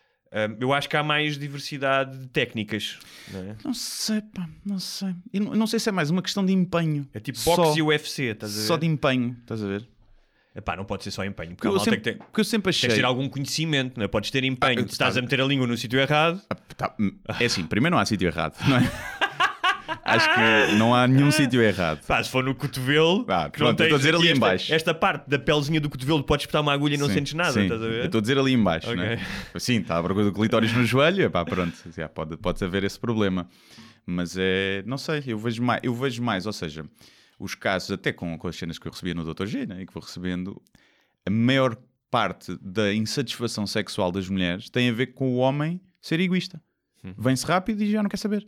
eu acho que há mais diversidade de técnicas. Não é? Não sei, pá, não sei. Eu não, eu não sei se é mais uma questão de empenho. É tipo boxe e U F C, estás a ver? Só de empenho, estás a ver? Epá, não pode ser só empenho, porque, porque, eu, sempre, que tem, porque eu sempre achei... tens de ter algum conhecimento, não é? Podes ter empenho, ah, se estás tá... a meter a língua no sítio errado... Ah, tá. É assim, primeiro não há sítio errado, não é? Acho que não há nenhum sítio errado. Pá, se for no cotovelo... Ah, pronto, não tens, estou a dizer ali esta, em baixo. Esta parte da pelezinha do cotovelo podes espetar uma agulha e não sim, sentes nada, sim. Estás a ver? Eu estou a dizer ali em baixo, okay. não é? Sim, está a procura do clitóris no joelho, pá, pronto, já, pode, pode haver esse problema. Mas é... Não sei, eu vejo mais, eu vejo mais ou seja, os casos, até com, com as cenas que eu recebia no doutor G, né, e que vou recebendo, a maior parte da insatisfação sexual das mulheres tem a ver com o homem ser egoísta. Hum. Vem-se rápido e já não quer saber.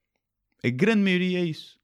A grande maioria é isso.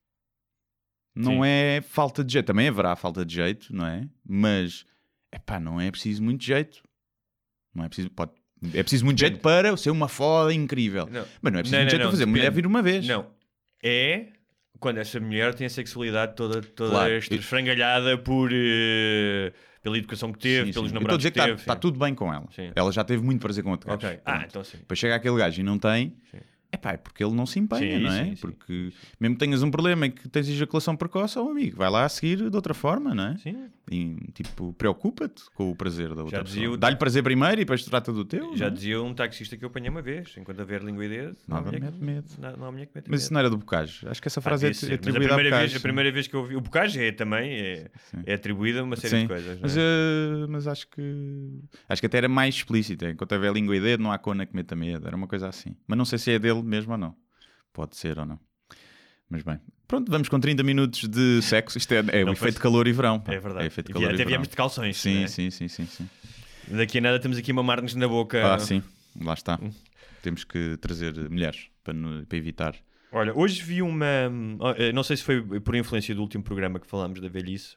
Não Sim. é falta de jeito. Também haverá falta de jeito, não é? Mas, epá, não é preciso muito jeito. Não é preciso... Pode, é preciso muito jeito para ser uma foda incrível. Não. Mas não é preciso não, muito não, jeito não, para fazer. A mulher vir uma vez. Não. É quando essa mulher tem a sexualidade toda, toda claro. esfrangalhada por... Uh... pela educação que teve, sim, pelos sim. namorados que teve. Está, está tudo bem com ela. Sim. Ela já teve muito prazer com outro gajo. Okay. Ah, então sim. Depois chega aquele gajo e não tem, é pá, é porque ele não se empenha, sim, não é? Sim, porque sim. mesmo que tenhas um problema em que tens ejaculação precoce, oh, amigo, vai lá a seguir de outra forma, não é? Sim. em, tipo, preocupa-te com o prazer da outra Já dizia pessoa. o- Dá-lhe prazer primeiro e depois trata do teu. Já não é? dizia um taxista que eu apanhei uma vez, enquanto haver língua e dedo, não há Nada mulher mete que- medo. não- não há mulher que mete Mas medo. isso não era do Bocage. Acho que essa Ah, frase é devia ser. Mas a atribuída a primeira, Bocage. vez, a primeira vez que eu ouvi o Bocage é também é, é atribuída a uma série Sim, de coisas. não mas, é? eh, mas acho que acho que até era mais explícito. Enquanto houver língua e dedo, não há cona que meta medo. Era uma coisa assim. Mas não sei se é dele mesmo ou não. Pode ser ou não. Mas bem, pronto, vamos com trinta minutos de sexo. Isto é, é o Não, efeito pois- calor e verão. pá. É verdade. É efeito E calor até e verão. viemos de calções. Sim, não é? sim, sim, sim, sim. Daqui a nada temos aqui a mamar-nos na boca. Ah, sim. Lá está. Temos que trazer mulheres para, no- para evitar. Olha, hoje vi uma. eh, Não sei se foi por influência do último programa que falámos da velhice,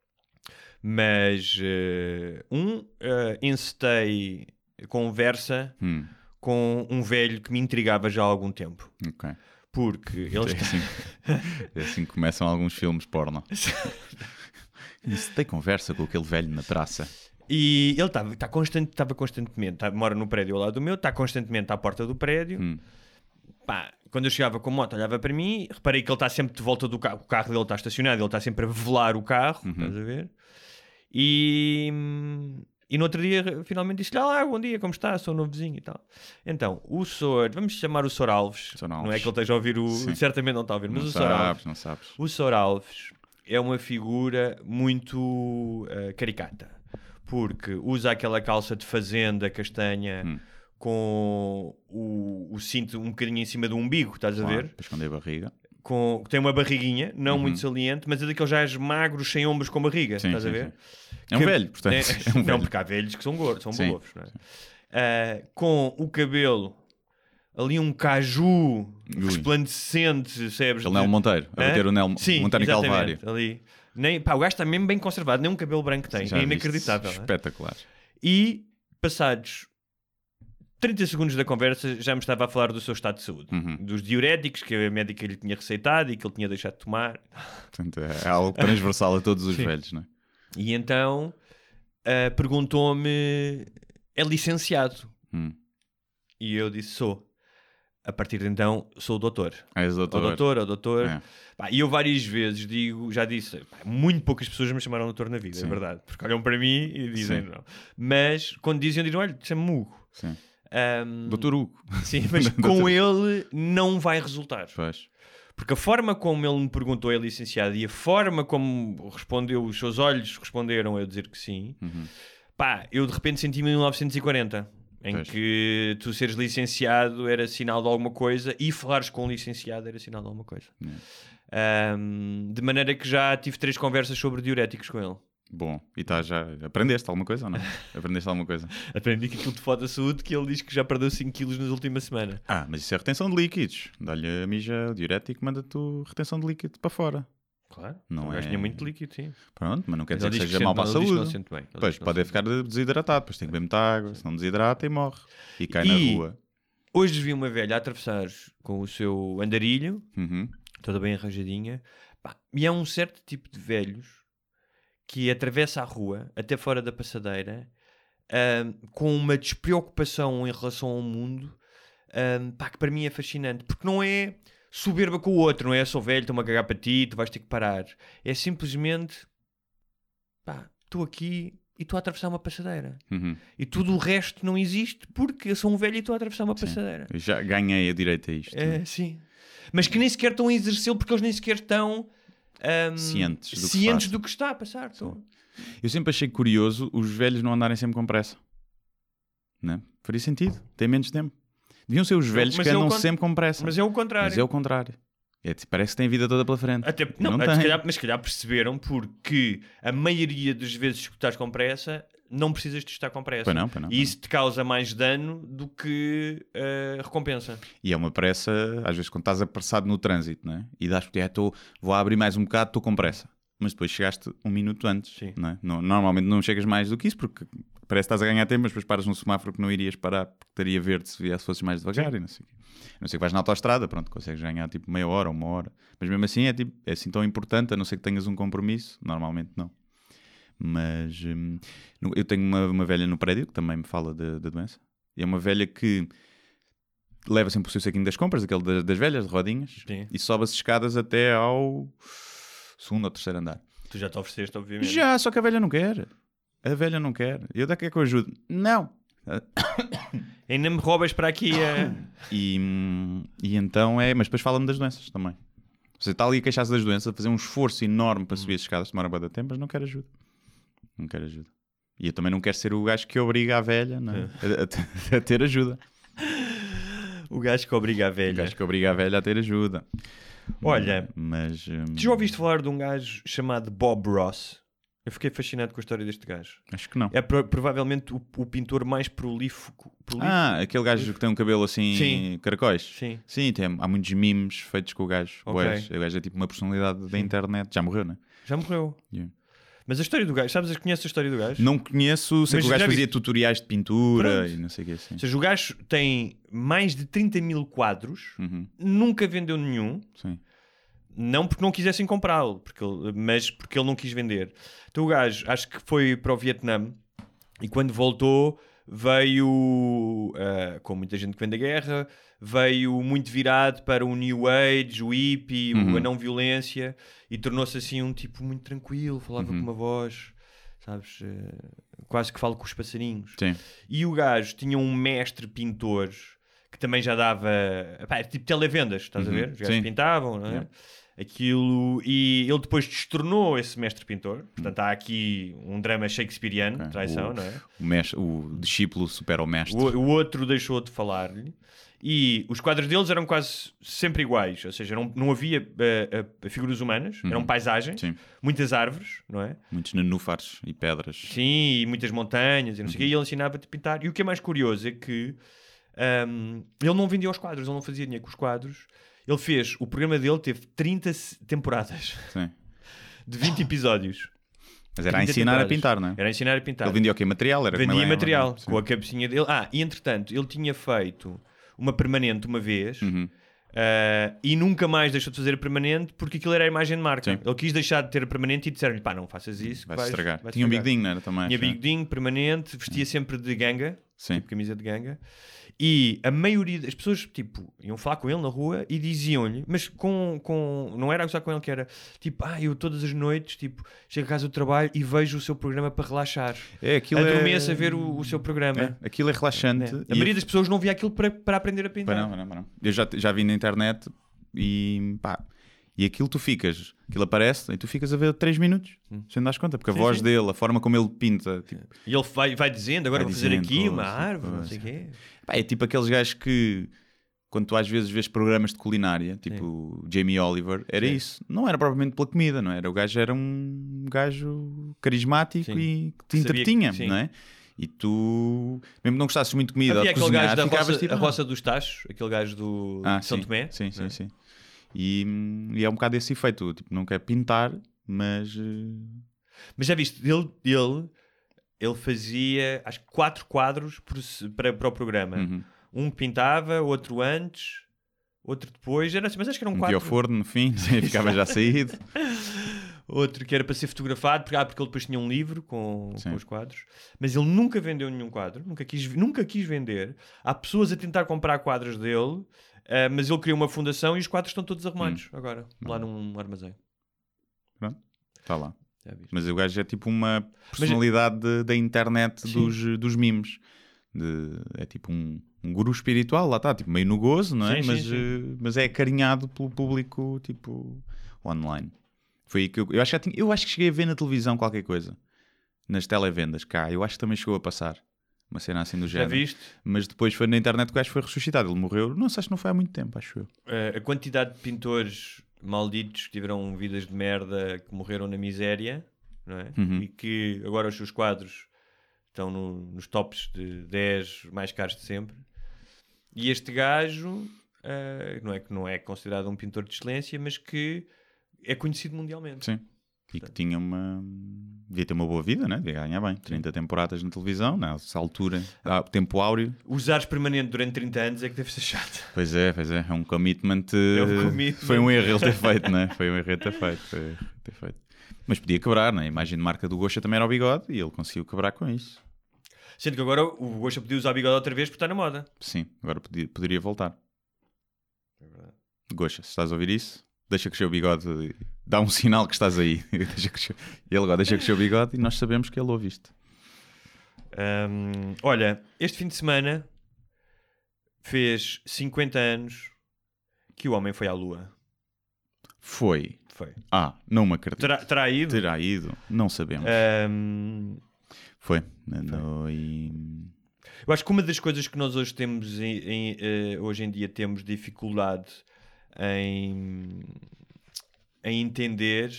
mas eh, um uh, encetei conversa Hum, com um velho que me intrigava já há algum tempo. ok. Porque ele É está. assim, é assim que começam alguns filmes porno. Isso tem conversa com aquele velho na praça. E ele estava tá constante, estava constantemente, tá- mora no prédio ao lado do meu, está constantemente à porta do prédio. Hum. Pá, quando eu chegava com a moto, olhava para mim, reparei que ele está sempre de volta do carro, o carro dele está estacionado, ele está sempre a velar o carro, Uhum. estás a ver? E, e no outro dia, finalmente disse-lhe: ah, bom dia, como está? Sou um novo vizinho e tal. Então, o senhor, vamos chamar o senhor Alves, senhor não é Alves. que ele esteja a ouvir o. Sim. Certamente não está a ouvir, mas Não o senhor Alves. sabes, não sabes. O senhor Alves é uma figura muito eh, caricata, porque usa aquela calça de fazenda castanha Hum. com o, o cinto um bocadinho em cima do umbigo, estás a Claro, ver? para esconder a barriga. Com, tem uma barriguinha, não Uhum. muito saliente, mas é daqueles já magros, sem ombros, com barriga, Sim, estás sim, a ver? sim. É um Que- velho, portanto. É- É um não, velho. porque há velhos que são gordos, são Sim. bolofos, não é? Ah, com o cabelo ali um caju resplandecente, sabes? Aquele Nel Monteiro, a Hã? bater o Nel Sim, Monteiro exatamente, Calvário. ali. Nem, pá, o gajo está mesmo bem conservado, nem um cabelo branco tem, Já é viste? inacreditável. não é? Espetacular. E passados trinta segundos da conversa já me estava a falar do seu estado de saúde, Uhum. dos diuréticos que a médica lhe tinha receitado e que ele tinha deixado de tomar. Portanto, é algo transversal a todos os Sim. velhos, não é? E então ah, perguntou-me: é licenciado? Hum. E eu disse: sou. A partir de então, sou o doutor. És O doutor. doutor, o doutor. É. Pá, e eu várias vezes digo, já disse, pá, muito poucas pessoas me chamaram doutor na vida, Sim. é verdade. Porque olham para mim e dizem Sim. não. Mas quando dizem, dizem, olha, chama-me Hugo. Sim. Ahm, doutor Hugo. Sim, mas com ele não vai resultar. Pois. Porque a forma como ele me perguntou é licenciado e a forma como respondeu, os seus olhos responderam a eu dizer que sim, Uhum. pá, eu de repente senti-me em mil novecentos e quarenta, em Pois. que tu seres licenciado era sinal de alguma coisa e falares com um licenciado era sinal de alguma coisa. Ahm, de maneira que já tive três conversas sobre diuréticos com ele. Bom, e tá já. Aprendeste alguma coisa ou não? Aprendeste alguma coisa? Aprendi que aquilo te fode a saúde, que ele diz que já perdeu cinco quilos nas últimas semanas. Ah, mas isso é retenção de líquidos. Dá-lhe a mija, o diurético, manda-te o retenção de líquido para fora. Claro, Não o gajo é- tinha muito líquido, sim. Pronto, mas não quer Mas dizer ele que diz seja que mau sente- para a ele diz que não saúde. sente bem. Ele Pois, diz que não pode sente ficar desidratado, depois tem que beber muita água, se não desidrata e morre. E cai na E- rua. Hoje vi uma velha a atravessar com o seu andarilho, Uhum. toda bem arranjadinha, pá, e é um certo tipo de velhos que atravessa a rua, até fora da passadeira, ahm, com uma despreocupação em relação ao mundo, ahm, pá, que para mim é fascinante, porque não é soberba com o outro, não é sou velho, estou-me a cagar para ti, tu vais ter que parar. É simplesmente, pá, estou aqui e estou a atravessar uma passadeira. Uhum. E tudo o resto não existe porque eu sou um velho e estou a atravessar uma passadeira. Eu já ganhei a direita a isto. É, sim. Mas que nem sequer estão a exercê-lo porque eles nem sequer estão ahm, Cientes do que se cientes passa. do que está a passar. Estão- Eu sempre achei curioso os velhos não andarem sempre com pressa. Não é? Faria sentido. Tem menos tempo. Deviam ser os velhos mas que é o andam con- sempre com pressa. Mas é o contrário. Mas é o contrário. É, tipo, parece que tem a vida toda pela frente. Até, E não, não se tem. calhar, mas se calhar perceberam porque a maioria das vezes que estás com pressa não precisas de estar com pressa. Pois não, pois não, e pois isso te causa mais dano do que uh, recompensa. E é uma pressa, às vezes, quando estás apressado no trânsito, não é? E dás porque é, tô, vou abrir mais um bocado, estou com pressa. Mas depois chegaste um minuto antes. Sim. Não é? No- normalmente não chegas mais do que isso, porque parece que estás a ganhar tempo, mas depois paras num semáforo que não irias parar, porque estaria verde se viesse fosses mais devagar. E não sei o quê. A não sei que vais na autoestrada, pronto, consegues ganhar tipo meia hora ou uma hora. Mas mesmo assim é, tipo, é assim tão importante, a não ser que tenhas um compromisso. Normalmente não. Mas hum, no- eu tenho uma, uma velha no prédio que também me fala da da doença. E é uma velha que leva sempre o seu saquinho das compras, aquele das, das velhas, de rodinhas, Sim. e sobe as escadas até ao segundo ou terceiro andar. Tu já te ofereceste, obviamente. Já, só que a velha não quer. A velha não quer. Eu daqui é que eu ajudo. Não. Ainda me roubas para aqui a... E, e então é... Mas depois fala-me das doenças também. Você está ali a queixar-se das doenças, a fazer um esforço enorme para subir as escadas, demora bastante tempo, mas não quer ajuda. Não quer ajuda. E eu também não quero ser o gajo que obriga a velha, não é? a, a, a ter ajuda. O gajo que obriga a velha. O gajo que obriga a velha a ter ajuda. Olha, mas... Hum... Tu já ouviste falar de um gajo chamado Bob Ross? Eu fiquei fascinado com a história deste gajo. Acho que não. É pro, provavelmente o, o pintor mais prolífico, prolífico. Ah, aquele gajo que tem um cabelo assim, Sim. caracóis. Sim. Sim, tem, há muitos memes feitos com o gajo. Okay. Bués. O gajo é tipo uma personalidade Sim. da internet. Já morreu, não é? Já morreu. Yeah. Mas a história do gajo, sabes, conheces a história do gajo? Não conheço, sei Mas que o gajo fazia vi... tutoriais de pintura Pronto. e não sei o que assim. Ou seja, o gajo tem mais de trinta mil quadros, uhum. nunca vendeu nenhum. Sim. Não porque não quisessem comprá-lo, porque ele, mas porque ele não quis vender. Então o gajo, acho que foi para o Vietnã e quando voltou veio, uh, com muita gente que vem da guerra, veio muito virado para o New Age, o hippie, uhum. a não violência e tornou-se assim um tipo muito tranquilo, falava uhum. com uma voz, sabes, uh, quase que fala com os passarinhos. Sim. E o gajo tinha um mestre pintor que também já dava, pá, tipo televendas, estás uhum. a ver? Os gajos Sim. pintavam, não é? Yeah. Aquilo, e ele depois destornou esse mestre pintor. Portanto, há aqui um drama shakespeariano, okay. traição, o, não é? O, mestre, o discípulo supera o mestre. O, o outro deixou de falar-lhe. E os quadros deles eram quase sempre iguais. Ou seja, não, não havia uh, uh, figuras humanas, uhum. eram paisagens, Sim. muitas árvores, não é? Muitos nenúfares e pedras. Sim, e muitas montanhas e não sei o uhum. quê. E ele ensinava-te a pintar. E o que é mais curioso é que um, ele não vendia os quadros, ele não fazia dinheiro com os quadros. Ele fez, o programa dele teve trinta temporadas. Sim. De vinte episódios. Mas era a ensinar temporadas. a pintar, não é? Era a ensinar a pintar. Ele vendia o quê? Material? Era vendia como material, é, com a cabecinha dele. Ah, e entretanto, ele tinha feito uma permanente uma vez uhum. uh, e nunca mais deixou de fazer a permanente porque aquilo era a imagem de marca. Sim. Ele quis deixar de ter a permanente e disseram-lhe, pá, não faças isso. Vai vais, estragar. vai tinha estragar. um bigodinho, não era? Também, tinha bigodinho, permanente, vestia Sim. sempre de ganga. Sim. Tipo camisa de ganga. E a maioria das pessoas, tipo, iam falar com ele na rua e diziam-lhe, mas com, com não era a gozar com ele, que era tipo, ah, eu todas as noites, tipo, chego a casa do trabalho e vejo o seu programa para relaxar. É, aquilo Adormeço é... a ver o, o seu programa. É, aquilo é relaxante. É. A maioria das pessoas não via aquilo para, para aprender a pintar. Não, não, não. Eu já, já vi na internet e pá, e aquilo tu ficas, aquilo aparece e tu ficas a ver três minutos, hum. sem dar conta, porque a sim, voz sim. dele, a forma como ele pinta. Tipo, e ele vai, vai dizendo, agora vai vou dizendo, fazer aqui uma árvore, não sei o quê. Pá, é tipo aqueles gajos que, quando tu às vezes vês programas de culinária, tipo sim. Jamie Oliver, era sim. isso. Não era propriamente pela comida, não era? O gajo era um gajo carismático sim. e que te entretinha, que, não é? E tu, mesmo que não gostasses muito de comida, havia ou de aquele cozinhar, gajo da ficavas roça, tipo... A Roça dos Tachos, aquele gajo do ah, São sim. Tomé. Sim, sim, é? sim. E, e é um bocado esse efeito, tipo, não quer pintar, mas... Mas já viste, ele, ele, ele fazia, acho que quatro quadros por, para, para o programa. Uhum. Um que pintava, outro antes, outro depois, era assim, mas acho que eram quatro. Um ao forno no fim, ficava já saído. Outro que era para ser fotografado, porque, ah, porque ele depois tinha um livro com, com os quadros. Mas ele nunca vendeu nenhum quadro, nunca quis, nunca quis vender. Há pessoas a tentar comprar quadros dele... Uh, mas ele criou uma fundação e os quadros estão todos arrumados hum. agora, lá num armazém. Pronto, está lá. Mas o gajo é tipo uma personalidade mas... de, da internet dos, dos memes. De, é tipo um, um guru espiritual, lá está, tipo meio no gozo, não é? Sim, mas, sim, sim. Uh, mas é acarinhado pelo público tipo online. Foi aí que eu, eu, acho que tinha, eu acho que cheguei a ver na televisão qualquer coisa, nas televendas cá, eu acho que também chegou a passar. Uma cena assim do género. Já viste? Mas depois foi na internet que o gajo foi ressuscitado. Ele morreu, não sei se não foi há muito tempo, acho eu. Uh, a quantidade de pintores malditos que tiveram vidas de merda, que morreram na miséria, não é? Uhum. E que agora os seus quadros estão no, nos tops de dez mais caros de sempre. E este gajo, uh, não é que não é considerado um pintor de excelência, mas que é conhecido mundialmente. Sim. E que tinha uma... Devia ter uma boa vida, né? Devia ganhar bem. trinta temporadas na televisão, nessa altura, ah, tempo áureo. Usares permanente durante trinta anos é que deve ser chato. Pois é, pois é. É um commitment... É um commitment. Foi um erro ele ter feito, né? Foi um erro ele ter feito. Foi um erro ter feito. Mas podia quebrar, né? A imagem de marca do Gosha também era o bigode e ele conseguiu quebrar com isso. Sendo que agora o Gosha podia usar o bigode outra vez porque está na moda. Sim, agora podia, poderia voltar. É verdade. Gosha, se estás a ouvir isso, deixa crescer o bigode, dá um sinal que estás aí. Deixa crescer... Ele agora deixa crescer o bigode e nós sabemos que ele ouve isto. Um, olha, este fim de semana fez cinquenta anos que o homem foi à Lua. Foi. Foi. Ah, não me acredito. Terá, terá ido? Terá ido, não sabemos. Um... Foi. No, e... Eu acho que uma das coisas que nós hoje temos, em, em, uh, hoje em dia temos dificuldade em, em entender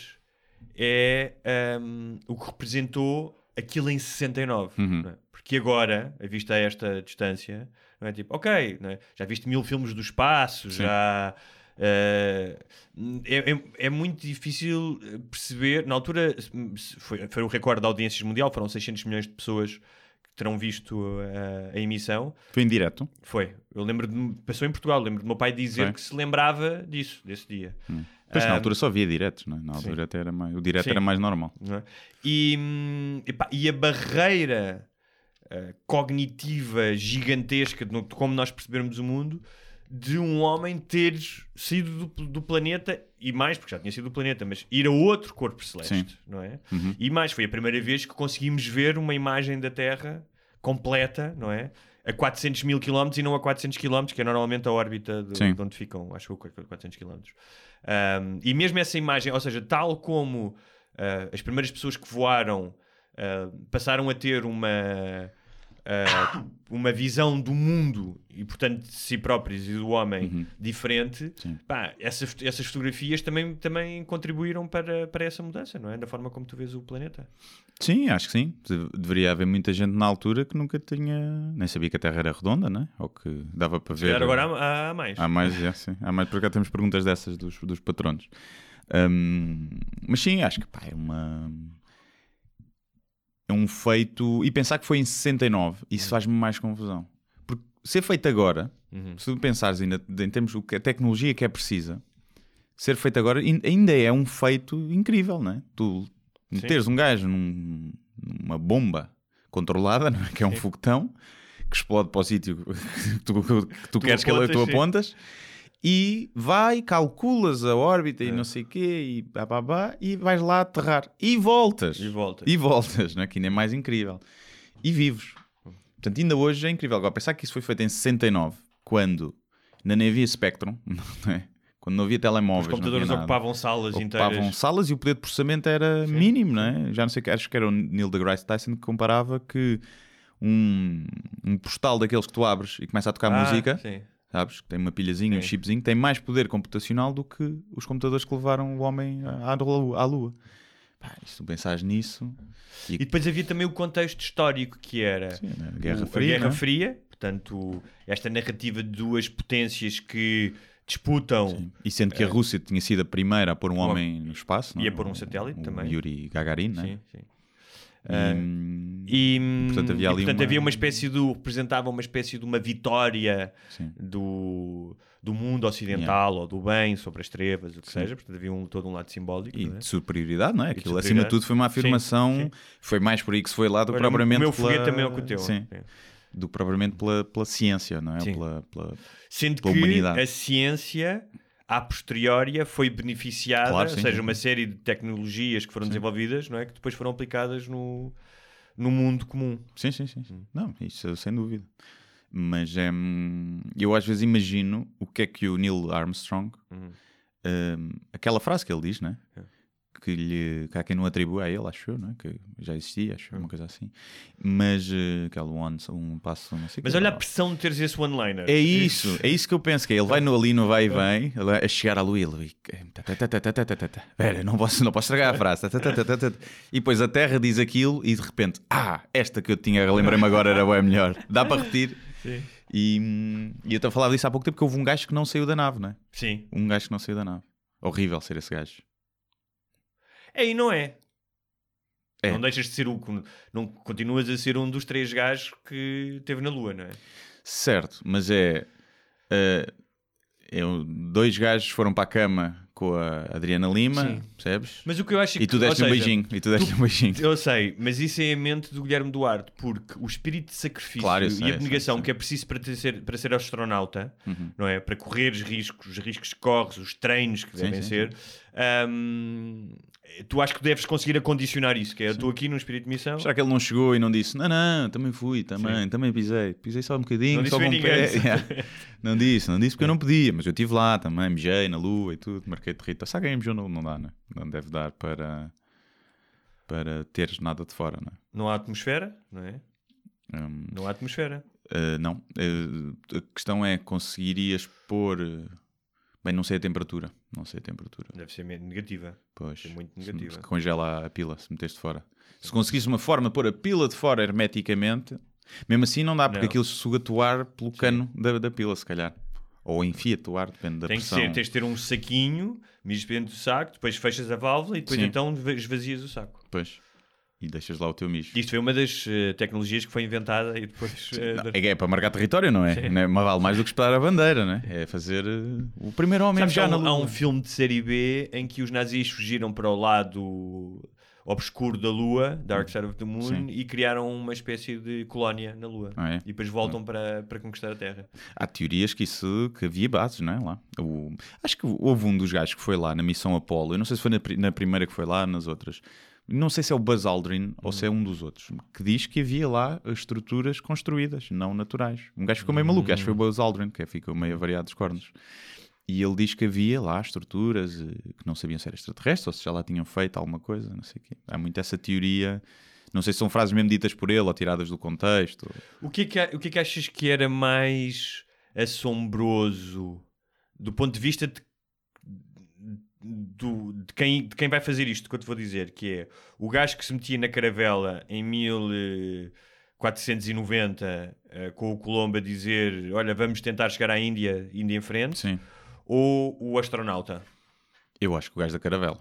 é um, o que representou aquilo em sessenta e nove. Uhum. Não é? Porque agora, a vista a esta distância, não é tipo, ok, não é? Já viste mil filmes do espaço, Sim. já... Uh, é, é, é muito difícil perceber. Na altura foi, foi o recorde de audiências mundial, foram seiscentos milhões de pessoas que terão visto a, a emissão. Foi em direto? Foi. Eu lembro de, passou em Portugal, lembro do meu pai dizer foi. Que se lembrava disso, desse dia. Hum. Pois, um, na altura só via diretos, não é? Na altura até era mais, o direto sim. era mais normal. Não é? E, epá, e a barreira uh, cognitiva gigantesca de como nós percebermos o mundo, de um homem ter sido do, do planeta, e mais, porque já tinha sido do planeta, mas ir a outro corpo celeste, sim. não é? Uhum. E mais, foi a primeira vez que conseguimos ver uma imagem da Terra completa, não é? A quatrocentos mil quilómetros e não a quatrocentos quilómetros, que é normalmente a órbita de, de onde ficam, acho que quatrocentos quilómetros. Um, e mesmo essa imagem, ou seja, tal como uh, as primeiras pessoas que voaram uh, passaram a ter uma... Uh, uma visão do mundo e portanto de si próprios e do homem uhum. diferente, pá, essa, essas fotografias também, também contribuíram para, para essa mudança, não é? Da forma como tu vês o planeta. Sim, acho que sim. Deveria haver muita gente na altura que nunca tinha, nem sabia que a Terra era redonda, né? Ou que dava para ver. Se agora há, há mais. Há mais, é, sim. Há mais, por cá temos perguntas dessas dos, dos patronos. Um, mas sim, acho que pá, é uma... É um feito... E pensar que foi em sessenta e nove, isso faz-me mais confusão. Porque ser feito agora, uhum. se tu pensares ainda em termos de tecnologia que é precisa, ser feito agora ainda é um feito incrível, não é? Tu meteres um gajo num, numa bomba controlada, não é? Que é um sim. foguetão, que explode para o sítio que tu, que tu, que tu queres apontas, que tu apontas, sim. e vai, calculas a órbita é. e não sei o quê, e, bah, bah, bah, e vais lá aterrar. E voltas. E voltas. E voltas, não é? Que ainda é mais incrível. E vives. Portanto, ainda hoje é incrível. Agora, pensar que isso foi feito em sessenta e nove, quando ainda nem havia Spectrum, não é? Quando não havia telemóveis. Os computadores não ocupavam salas ocupavam inteiras. Ocupavam salas e o poder de processamento era sim, mínimo, não é? Já não sei, acho que era o Neil deGrasse Tyson que comparava que um, um postal daqueles que tu abres e começa a tocar ah, música... Sim. Sabes? Que tem uma pilhazinha, sim. um chipzinho, tem mais poder computacional do que os computadores que levaram o homem à, à Lua. Pá, se tu pensares nisso... E... e depois havia também o contexto histórico que era sim, a Guerra o, Fria, a Guerra é? Fria, portanto, esta narrativa de duas potências que disputam... Sim. E sendo que a Rússia tinha sido a primeira a pôr um homem no espaço. Ia não? pôr um satélite o, também. Yuri Gagarin, não é? Sim, sim. E, e, portanto, havia, e, ali portanto uma... havia uma espécie de... representava uma espécie de uma vitória do, do mundo ocidental, yeah. ou do bem sobre as trevas, o que sim. seja. Portanto havia um, todo um lado simbólico. E não é? de superioridade, não é? Aquilo, acima de tudo, foi uma afirmação. Sim, sim. Foi mais por aí que se foi lá do que propriamente... O meu pela... foguete também é o que o teu. Sim. É. Do que propriamente pela, pela ciência, não é? Sim. Pela, pela, Sendo pela que humanidade. A ciência... a posteriori foi beneficiada, claro, ou sim, seja, sim. uma série de tecnologias que foram sim. desenvolvidas, não é? Que depois foram aplicadas no, no mundo comum. Sim, sim, sim. sim. Não, isso sem dúvida. Mas é, eu às vezes imagino o que é que o Neil Armstrong, uhum. um, aquela frase que ele diz, né? É. Que, lhe, que há quem não atribui a ele, acho eu, não é? Que já existia, acho eu, uhum. uma coisa assim. Mas uh, aquele one, um passo, não sei o que. Mas olha a pressão de teres esse one-liner. É isso, isso, é isso que eu penso, que é, ele vai no, ali no vai e vem, a chegar à lua e ele... Espera, não posso, não posso estragar a frase. E depois a Terra diz aquilo e de repente, ah, esta que eu tinha, lembrei-me agora, era bem melhor. Dá para repetir. Sim. E, e eu estava a falar disso há pouco tempo, porque houve um gajo que não saiu da nave, não é? Sim. Um gajo que não saiu da nave. Horrível ser esse gajo. É e não é. é. Não deixas de ser o... Não, continuas a ser um dos três gajos que esteve na Lua, não é? Certo, mas é... Uh, eu, dois gajos foram para a cama com com a Adriana Lima, Sim. percebes? Mas o que eu acho que... E tu deste um beijinho. E tu deste um beijinho. Eu sei, mas isso é a mente do Guilherme Duarte, porque o espírito de sacrifício Claro, eu sei, e eu abnegação sei, sei. que é preciso para, ter, ser, para ser astronauta, Uhum. não é? Para correr os riscos, os riscos que corres, os treinos que Sim, devem sim, ser, hum, tu acho que deves conseguir acondicionar isso, que é, eu estou aqui num espírito de missão. Será que ele não chegou e não disse, não, não, também fui, também, Sim. também pisei. Pisei só um bocadinho, Não disse só bem com um ninguém. pé. Yeah. Não disse, não disse porque eu não podia, mas eu estive lá também, mijei na lua e tudo, marquei território. Se alguém mijou, não, não dá, né? Não deve dar para, para teres nada de fora, né? Não há atmosfera, não é? Um, Não há atmosfera. uh, não. Uh, a questão é, conseguirias pôr... uh, Bem, não sei a temperatura. Não sei a temperatura. Deve ser negativa. Pois. Deve ser muito Se- negativa. Se congela a pila, se meteste fora. Se conseguires uma forma de pôr a pila de fora hermeticamente, mesmo assim não dá, porque Não. aquilo suga-te o ar pelo cano da, da pila, se calhar. Ou enfia-te o ar, depende da Tem que pressão. ser, tens de ter um saquinho, mijas dentro do saco, depois fechas a válvula e depois Sim. então esvazias o saco. Pois. E deixas lá o teu mijo. Isto foi uma das uh, tecnologias que foi inventada e depois... uh, Não, da- é, é para marcar território, não é? Sim. Não é? Mas vale mais do que esperar a bandeira, não é? É fazer uh, o primeiro homem Sabes que já há, na um, há lua. um filme de série B em que os nazis fugiram para o lado obscuro da Lua, Dark Side of the Moon, Sim. e criaram uma espécie de colónia na Lua. Ah, é? E depois voltam para, para conquistar a Terra. Há teorias que isso que havia bases, não é? Lá. O, acho que houve um dos gajos que foi lá na missão Apollo. Eu não sei se foi na, pri- na primeira que foi lá, nas outras. Não sei se é o Buzz Aldrin ou se é um dos outros, que diz que havia lá estruturas construídas, não naturais. Um gajo ficou meio maluco, acho que foi o Buzz Aldrin, que ficou meio avariado dos cornos. E ele diz que havia lá estruturas eh, que não sabiam se era extraterrestre ou se já lá tinham feito alguma coisa, não sei o quê. Há muito essa teoria. Não sei se são frases mesmo ditas por ele ou tiradas do contexto. O que é que, o que, é que achas que era mais assombroso do ponto de vista de, do, de, quem, de quem vai fazer isto que eu te vou dizer, que é o gajo que se metia na caravela em mil quatrocentos e noventa uh, com o Colombo a dizer, olha, vamos tentar chegar à Índia, Índia em frente, Sim. ou o astronauta? Eu acho que o gajo da caravela.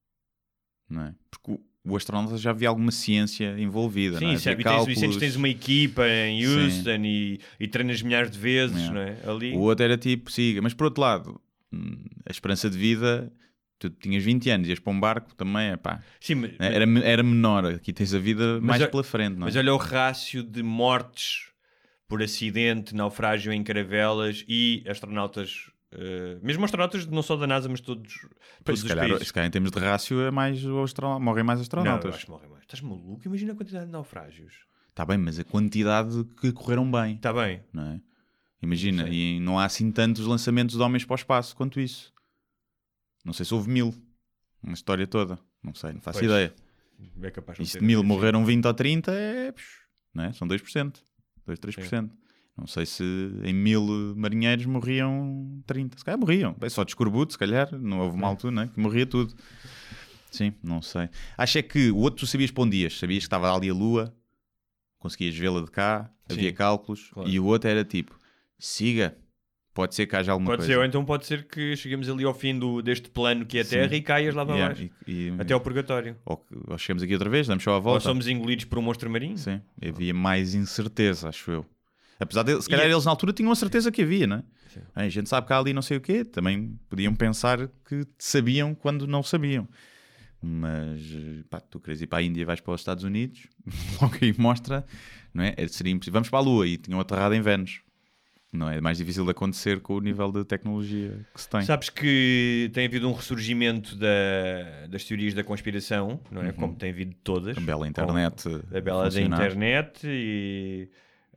Não é? Porque o, o astronauta já havia alguma ciência envolvida. Sim, não é? sabe, Havia e tens, e sentes que tens uma equipa em Sim. Houston e, e treinas milhares de vezes, Yeah. não é? Ali. O outro era tipo, siga. Mas por outro lado, hum, a esperança de vida, tu tinhas vinte anos, ias para um barco também, é pá. Sim, mas, Era, era menor. Aqui tens a vida mais olha- pela frente, não é? mas olha o rácio de mortes por acidente, naufrágio em caravelas e astronautas, uh, mesmo astronautas não só da NASA, mas todos, Pois, todos se, os calhar, países. se calhar em termos de rácio é mais o astronauta, morrem mais Não, eu astronautas. acho que morrem mais. Estás maluco? Imagina a quantidade de naufrágios. Está bem, mas a quantidade que correram bem, Está bem. não é? Imagina, Sim. e não há assim tantos lançamentos de homens para o espaço quanto isso. Não sei se houve mil na história toda. Não sei, não faço Pois. ideia. É capaz E se ter de mil assim. morreram vinte ou trinta, é, psh, não é? São dois por cento. dois, três por cento. Não sei se em mil marinheiros morriam trinta. Se calhar morriam. Bem, só de escorbuto, se calhar. Não houve uma altura, né? Que morria tudo. Sim, não sei. Acho é que o outro tu sabias para onde ias. Sabias que estava ali a lua, conseguias vê-la de cá, Sim, havia cálculos. claro. E o outro era tipo, siga, pode ser que haja alguma Pode coisa. ser, ou então pode ser que cheguemos ali ao fim do, deste plano que é a Sim. Terra e caias lá para Yeah, baixo. e- e- Até ao purgatório. ou, ou chegamos aqui outra vez, damos só a Ou volta. somos engolidos por um monstro marinho. Sim, havia mais incerteza, acho eu. Apesar de, se E calhar é- eles na altura tinham a certeza que havia, não é? Sim. Bem, a gente sabe que há ali não sei o quê, também podiam pensar que sabiam quando não sabiam. Mas, pá, tu queres ir para a Índia e vais para os Estados Unidos, logo aí mostra, não é? Seria impossível. Vamos para a Lua e tinham aterrado em Vênus. Não é? É mais difícil de acontecer com o nível de tecnologia que se tem. Sabes que tem havido um ressurgimento da, das teorias da conspiração, não é? Uhum. Como tem havido todas. A bela internet. Com a bela da funcionar. internet e...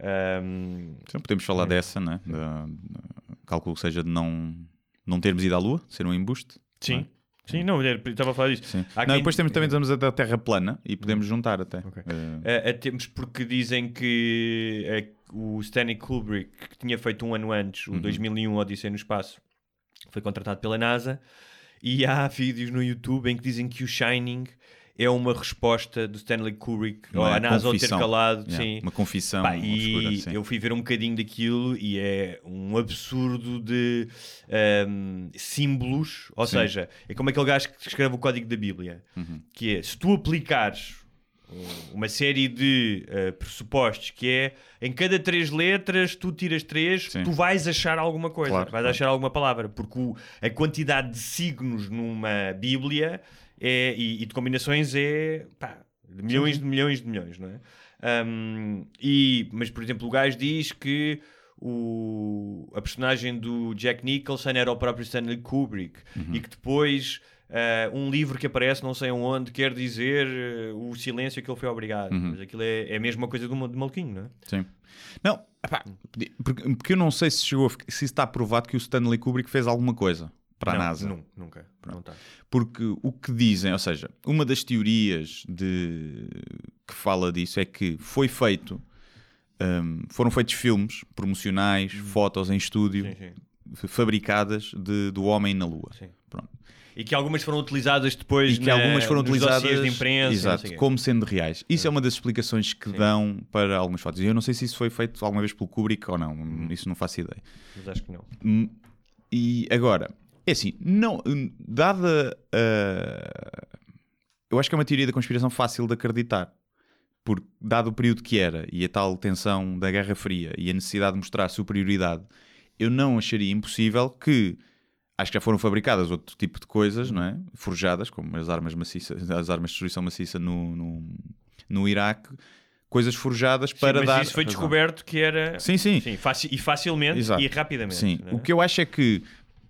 ahm, Então, podemos falar dessa, não é? Da, da- cálculo que seja de não, não termos ido à Lua, ser um embuste. sim, não é? sim, não, eu estava a falar disso. Sim. Há Não, quem- depois temos, também temos a da Terra plana e podemos juntar até. Ok. Eh, A, a temos porque dizem que é, o Stanley Kubrick, que tinha feito um ano antes, o Uhum. dois mil e um Odisseia no Espaço, foi contratado pela NASA, e há vídeos no YouTube em que dizem que o Shining é uma resposta do Stanley Kubrick Não ou é? a NASA ao ter Confissão. calado. yeah, Sim. Uma confissão Pá, obscura, e sim. eu fui ver um bocadinho daquilo e é um absurdo de ahm, símbolos, ou Sim. seja, é como aquele gajo que escreve o código da Bíblia, Uhum. que é, se tu aplicares uma série de uh, pressupostos que é, em cada três letras, tu tiras três, Sim. tu vais achar alguma coisa, claro, vais claro. achar alguma palavra, porque o, a quantidade de signos numa Bíblia é, e, e de combinações é pá, de milhões Sim. de milhões de milhões, não é? Um, e, mas, por exemplo, o gajo diz que o, a personagem do Jack Nicholson era o próprio Stanley Kubrick uhum. e que depois uh, um livro que aparece não sei onde quer dizer uh, o silêncio que ele foi obrigado. Uhum. Mas aquilo é, é a mesma coisa do, do maluquinho, não é? Sim. Não, epá, porque, porque eu não sei se chegou a, se está provado que o Stanley Kubrick fez alguma coisa para não, a NASA. Não, nunca. Não tá. Porque o que dizem, ou seja, uma das teorias de, que fala disso é que foi feito Um, foram feitos filmes promocionais, hum. fotos em estúdio, sim, sim. fabricadas de, do homem na Lua. Pronto. E que algumas foram utilizadas depois e que na, algumas foram utilizadas de imprensa, exato, como sendo reais. Isso sim. é uma das explicações que sim. dão para algumas fotos. Eu não sei se isso foi feito alguma vez pelo Kubrick ou não, hum. isso não faço ideia. Mas acho que não. E agora, é assim, não, dada uh, eu acho que é uma teoria da conspiração fácil de acreditar. Porque, dado o período que era e a tal tensão da Guerra Fria e a necessidade de mostrar superioridade, eu não acharia impossível que, acho que já foram fabricadas outro tipo de coisas, não é? Forjadas, como as armas maciças, as armas de destruição maciça no, no, no Iraque, coisas forjadas para sim, mas dar... mas isso foi razão. Descoberto que era... Sim, sim. sim faci e facilmente Exato. E rapidamente. Sim, é? O que eu acho é que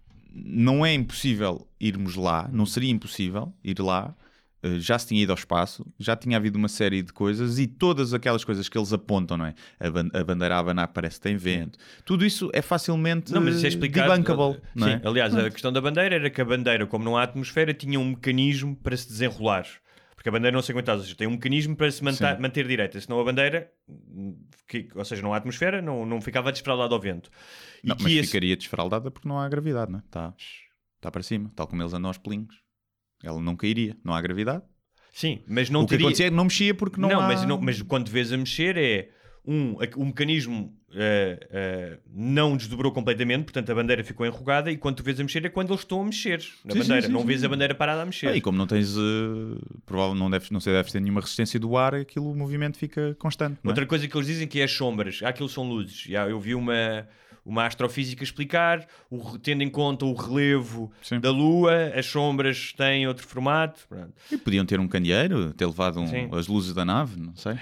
não é impossível irmos lá, não seria impossível ir lá. Uh, já se tinha ido ao espaço, já tinha havido uma série de coisas e todas aquelas coisas que eles apontam, não é? A, ban a bandeira a abanar parece que tem vento. Tudo isso é facilmente não, mas isso é explicado, debunkable. Não sim, é? aliás, a questão da bandeira era que a bandeira, como não há atmosfera, tinha um mecanismo para se desenrolar. Porque a bandeira não se aguentava, ou seja, tem um mecanismo para se manter, manter direita. Senão a bandeira, que, ou seja, não há atmosfera, não, não ficava desfraldada ao vento. E não, que mas esse... ficaria desfraldada porque não há gravidade, não é? Está, está para cima, tal como eles andam aos pelinhos. Ela não cairia, não há gravidade. Sim, mas não o que teria... acontecia é que não mexia porque não, não há... Mas, não, mas quando vês a mexer é... Um, o mecanismo uh, uh, não desdobrou completamente, portanto a bandeira ficou enrugada, e quando tu vês a mexer é quando eles estão a mexer na sim, bandeira. Sim, sim, não sim. vês a bandeira parada a mexer. Ah, e como não tens... Uh, provavelmente não, deves, não sei, deves ter nenhuma resistência do ar, aquilo, o movimento fica constante. Outra é? coisa que eles dizem que é as sombras. Aquilo são luzes. Eu vi uma... uma astrofísica explicar, o, tendo em conta o relevo Sim. da Lua, as sombras têm outro formato. Pronto. E podiam ter um candeeiro, ter levado um, as luzes da nave, não sei.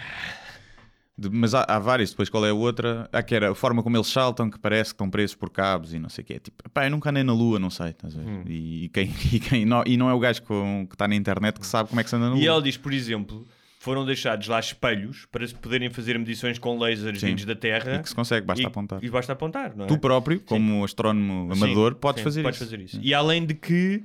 De, mas há, há várias, depois qual é a outra? Há que era a forma como eles saltam, que parece que estão presos por cabos e não sei o quê. Tipo, pá, eu nunca andei na Lua, não sei. Estás a ver? Hum. E, e, quem, e, quem, não, e não é o gajo com, que está na internet que sabe como é que se anda na Lua. E ele diz, por exemplo... foram deixados lá espelhos para se poderem fazer medições com lasers vindos da Terra. E que se consegue, basta e, apontar. E basta apontar, não é? Tu próprio, como sim. astrónomo amador, sim, podes, sim, fazer, podes isso. fazer isso. E além de que...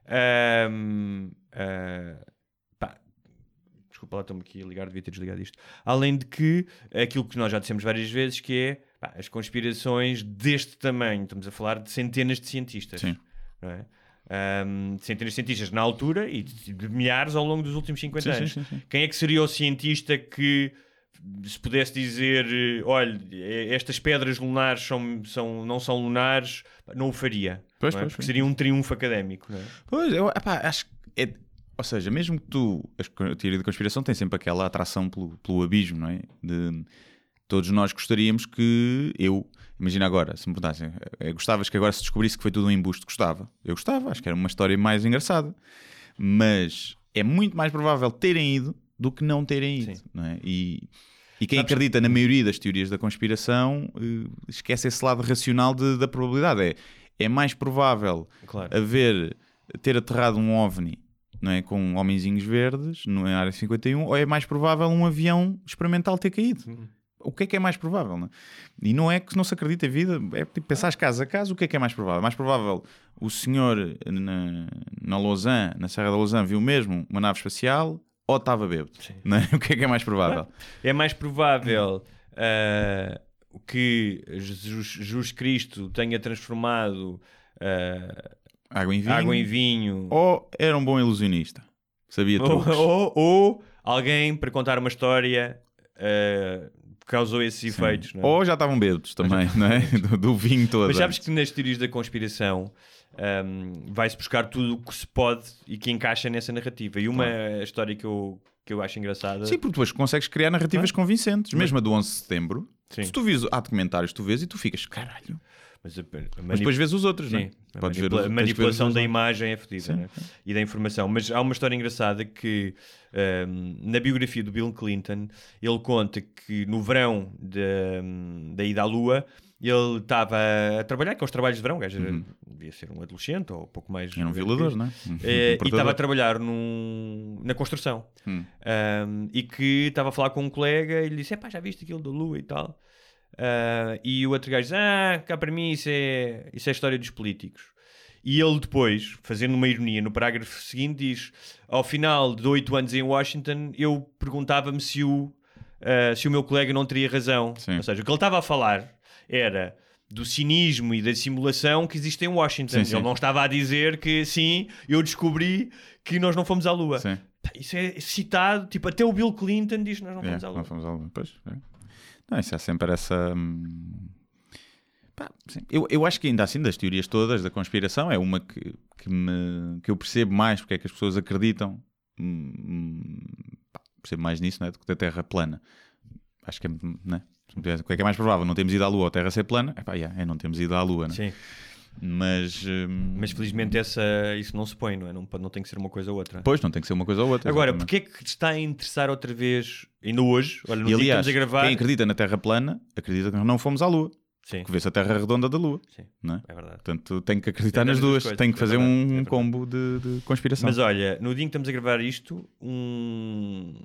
Um, uh, pá, desculpa lá, estou-me aqui a ligar, devia ter desligado isto. Além de que, aquilo que nós já dissemos várias vezes, que é pá, as conspirações deste tamanho. Estamos a falar de centenas de cientistas. Sim. Não é? Um, centenas de cientistas na altura e de, de milhares ao longo dos últimos cinquenta sim, anos. Sim, sim, sim. Quem é que seria o cientista que se pudesse dizer olha, estas pedras lunares são, são, não são lunares, não o faria? Pois, não é? pois, Porque pois. seria um triunfo académico. Não é? Pois, eu epá, acho que é, ou seja, mesmo que tu, a teoria da conspiração tem sempre aquela atração pelo, pelo abismo, não é? De, todos nós gostaríamos que eu imagina agora, se me perguntassem, gostavas que agora se descobrisse que foi tudo um embuste? Gostava. Eu gostava, acho que era uma história mais engraçada. Mas é muito mais provável terem ido do que não terem ido. Não é? E, e quem Sabes... acredita na maioria das teorias da conspiração esquece esse lado racional de, da probabilidade. É, é mais provável claro. haver, ter aterrado um OVNI, não é, com homenzinhos verdes na área cinquenta e um, ou é mais provável um avião experimental ter caído. Uhum. O que é que é mais provável? Não é? E não é que não se acredita em vida, é tipo pensar caso a caso, o que é que é mais provável? Mais provável o senhor na, na Lausanne, na Serra da Lausanne, viu mesmo uma nave espacial ou estava bêbado? Não é? O que é que é mais provável? É mais provável uh, que Jesus, Jesus Cristo tenha transformado uh, água, em vinho, água em vinho ou era um bom ilusionista, sabia truques. Ou, ou, ou alguém para contar uma história... Uh, causou esses efeitos, não é? Ou já estavam bêbados também, não é? Do, do vinho todo. Mas sabes que nas teorias da conspiração um, vai-se buscar tudo o que se pode e que encaixa nessa narrativa. E uma claro. história que eu que eu acho engraçada. Sim, porque depois consegues criar narrativas é? convincentes. Mesmo a do onze de setembro, Sim. se tu vês, há documentários que tu vês e tu ficas, caralho. Mas, a, a manip... Mas depois vês os outros, Sim, não é? a Podes manipula... ver os... manipulação ver da os... imagem é fodida, né? E da informação. Mas há uma história engraçada que um, na biografia do Bill Clinton ele conta que no verão de, um, da ida à Lua ele estava a trabalhar, que é os trabalhos de verão, o gajo uhum. devia ser um adolescente ou um pouco mais... Era um violador, não é? Um e estava a trabalhar num, na construção. Hum. Um, e que estava a falar com um colega e lhe disse, pá, já viste aquilo da Lua e tal? Uh, e o outro gajo diz, ah, cá para mim isso é, isso é história dos políticos. E ele depois, fazendo uma ironia no parágrafo seguinte, diz, ao final de oito anos em Washington, eu perguntava-me se o, uh, se o meu colega não teria razão. Sim. Ou seja, o que ele estava a falar era do cinismo e da simulação que existe em Washington. Sim, sim. Ele não estava a dizer que, sim, eu descobri que nós não fomos à Lua. Sim. Isso é citado, tipo, até o Bill Clinton diz que nós não é, fomos à Lua. Não fomos à Lua, pois. É. Não, isso é sempre essa... Hum... Pá, eu, eu acho que ainda assim, das teorias todas da conspiração, é uma que, que, me, que eu percebo mais porque é que as pessoas acreditam. Hum, pá, percebo mais nisso, não é? Do que da Terra plana. Acho que é, né? O que é que é mais provável? Não temos ido à Lua ou a Terra ser plana? É pá, yeah, é não temos ido à Lua, né? Sim. Mas, hum... mas felizmente essa, isso não se põe, não é? Não, não tem que ser uma coisa ou outra. Pois, não tem que ser uma coisa ou outra. Agora, exatamente. porque é que te está a interessar outra vez, ainda hoje, olha, no e, dia aliás, que estamos a gravar... quem acredita na Terra plana, acredita que não fomos à Lua. Sim. Porque vê-se a Terra redonda da Lua. Sim, não é? é verdade. Portanto, tem que acreditar Tem nas duas. coisas, Tem que fazer é verdade, um é combo de, de conspiração. Mas olha, no dia em que estamos a gravar isto, um...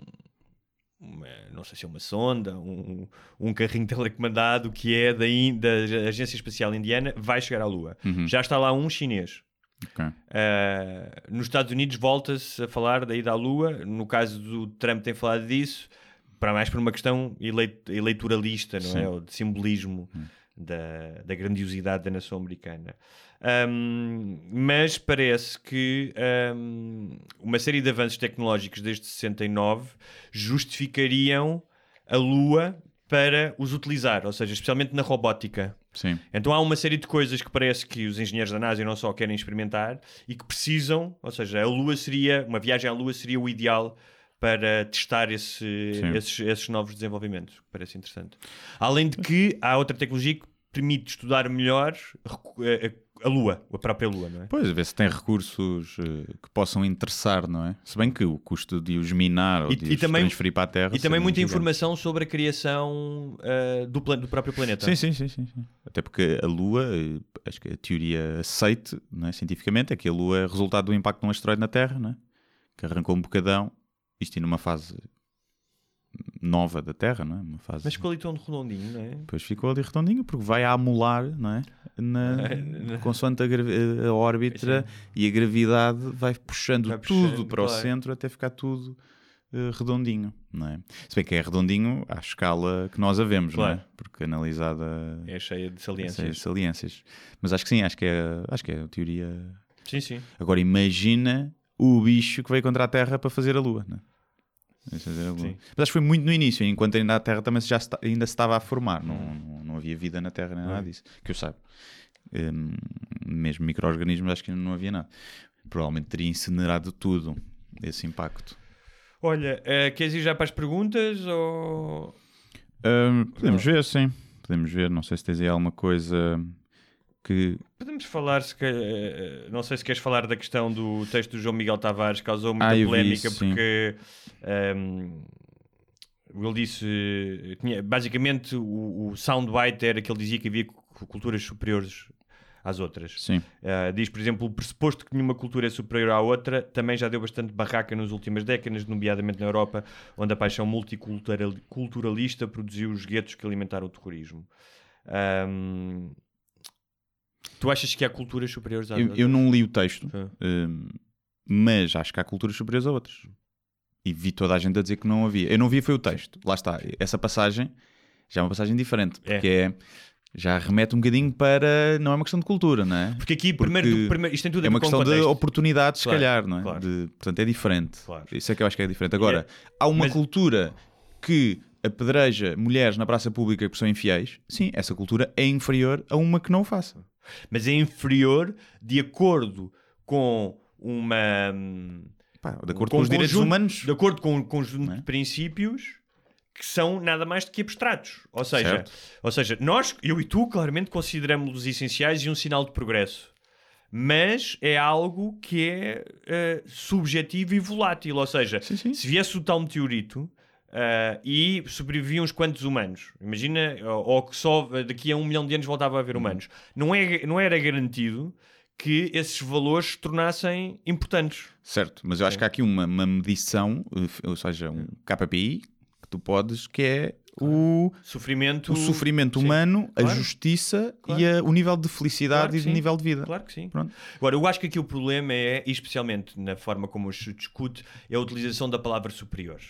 Uma, não sei se é uma sonda, um, um carrinho telecomandado que é da, in, da Agência Espacial Indiana, vai chegar à Lua. Uhum. Já está lá um chinês. Okay. Uh, nos Estados Unidos volta-se a falar da ida à Lua. No caso do Trump tem falado disso, para mais por uma questão eleit eleitoralista, não Sim. é? Ou de simbolismo uhum. da, da grandiosidade da nação americana. Um, mas parece que um, uma série de avanços tecnológicos desde sessenta e nove justificariam a Lua para os utilizar, ou seja, especialmente na robótica. Sim. Então há uma série de coisas que parece que os engenheiros da NASA não só querem experimentar e que precisam, ou seja, a Lua seria, uma viagem à Lua seria o ideal para testar esse, esses, esses novos desenvolvimentos. Parece interessante. Além de que há outra tecnologia que permite estudar melhor a Lua, a própria Lua, não é? Pois, ver se tem recursos uh, que possam interessar, não é? Se bem que o custo de os minar ou e, de e os também, transferir para a Terra... E também muita gigante. informação sobre a criação uh, do, plan do próprio planeta. Sim, sim, sim, sim, sim. Até porque a Lua, acho que a teoria aceite, não é, cientificamente, é que a Lua é resultado do impacto de um asteroide na Terra, não é? Que arrancou um bocadão, isto numa fase nova da Terra, não é? Uma fase... Mas ficou ali tão redondinho, não é? Depois ficou ali redondinho, porque vai a amolar, não é? Na, consoante a, a órbita e a gravidade vai puxando, vai puxando tudo para claro. o centro até ficar tudo uh, redondinho, não é? Se bem que é redondinho à escala que nós a vemos, claro. não é? Porque analisada... É cheia de saliências. É cheia de saliências. Mas acho que sim, acho que é, acho que é a teoria... Sim, sim. Agora imagina o bicho que veio contra a Terra para fazer a Lua, não é? Mas acho que foi muito no início, enquanto ainda a Terra também já está, ainda se estava a formar, não, não, não havia vida na Terra nem nada disso, que eu saiba. Um, mesmo micro-organismos acho que ainda não havia nada. Provavelmente teria incinerado tudo esse impacto. Olha, uh, queres ir já para as perguntas ou... Um, podemos não. ver, sim. Podemos ver, não sei se tens aí alguma coisa... Que... Podemos falar, se que, não sei se queres falar da questão do texto do João Miguel Tavares, causou muita ah, polémica isso, porque um, ele disse, tinha, basicamente o, o soundbite era que ele dizia que havia culturas superiores às outras. Sim. Uh, diz, por exemplo, o pressuposto que nenhuma cultura é superior à outra também já deu bastante barraca nas últimas décadas, nomeadamente na Europa, onde a paixão multiculturalista produziu os guetos que alimentaram o terrorismo. Um, Tu achas que há culturas superiores às eu, outras? Eu não li o texto, um, mas acho que há culturas superiores a outras. E vi toda a gente a dizer que não havia. Eu não vi foi o texto. Lá está. Essa passagem já é uma passagem diferente. Porque é. é já remete um bocadinho para... Não é uma questão de cultura, não é? Porque aqui, porque primeiro, primeiro, isto tem tudo a é uma questão de oportunidades, claro, se calhar, não é? Claro. De, portanto, é diferente. Claro. Isso é que eu acho que é diferente. Agora, é. há uma mas... cultura que apedreja mulheres na praça pública que são infiéis. Sim, essa cultura é inferior a uma que não o faça. Mas é inferior de acordo com uma, Pá, de acordo com, com os direitos conjunto, humanos. De acordo com um conjunto é? de princípios que são nada mais do que abstratos. Ou seja, certo. ou seja, nós, eu e tu, claramente consideramos-los essenciais e um sinal de progresso. Mas é algo que é uh, subjetivo e volátil. Ou seja, sim, sim. se viesse o tal meteorito uh, e sobreviviam uns quantos humanos, imagina, ou, ou que só daqui a um milhão de anos voltava a haver humanos, não, é, não era garantido que esses valores se tornassem importantes. Certo, mas eu acho é. que há aqui uma, uma medição, ou seja, um K P I que tu podes, que é o sofrimento, o sofrimento humano, claro. a justiça claro. e a, o nível de felicidade claro e de nível de vida. Claro que sim. Pronto. Agora, eu acho que aqui o problema é, e especialmente na forma como se discute, é a utilização da palavra superior.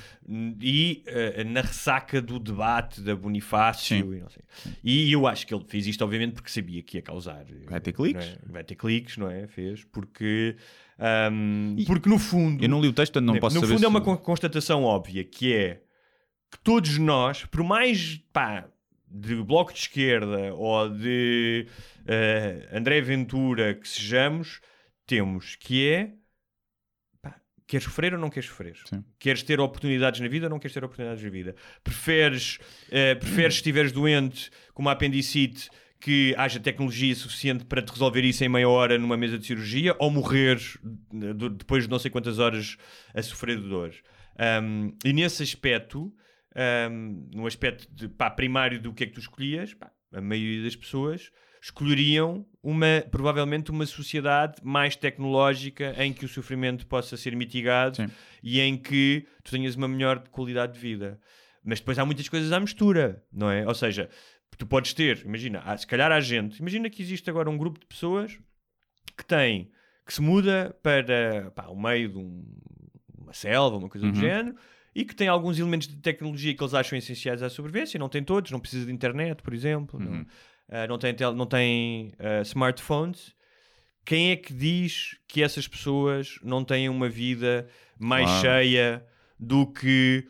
E uh, na ressaca do debate da Bonifácio e, não sei. E eu acho que ele fez isto obviamente porque sabia que ia causar vai ter cliques, é? vai ter cliques, não é? Fez porque um, porque no fundo eu não li o texto, não posso no saber fundo se... é uma constatação óbvia que é que todos nós, por mais pá, de Bloco de Esquerda ou de uh, André Ventura que sejamos, temos que é queres sofrer ou não queres sofrer? Sim. Queres ter oportunidades na vida ou não queres ter oportunidades na vida? Preferes, uh, preferes se estiveres doente com uma apendicite que haja tecnologia suficiente para te resolver isso em meia hora numa mesa de cirurgia ou morreres depois de não sei quantas horas a sofrer de dor? Um, e nesse aspecto, um, no aspecto de, pá, primário do que é que tu escolhias, pá, a maioria das pessoas escolheriam uma, provavelmente uma sociedade mais tecnológica em que o sofrimento possa ser mitigado Sim. e em que tu tenhas uma melhor qualidade de vida. Mas depois há muitas coisas à mistura, não é? Ou seja, tu podes ter, imagina, se calhar há gente, imagina que existe agora um grupo de pessoas que tem, que se muda para pá, o meio de um, uma selva, uma coisa uhum. do género, e que tem alguns elementos de tecnologia que eles acham essenciais à sobrevivência, não tem todos, não precisa de internet, por exemplo, uhum. não... Uh, não tem, não tem uh, smartphones. Quem é que diz que essas pessoas não têm uma vida mais claro. cheia do que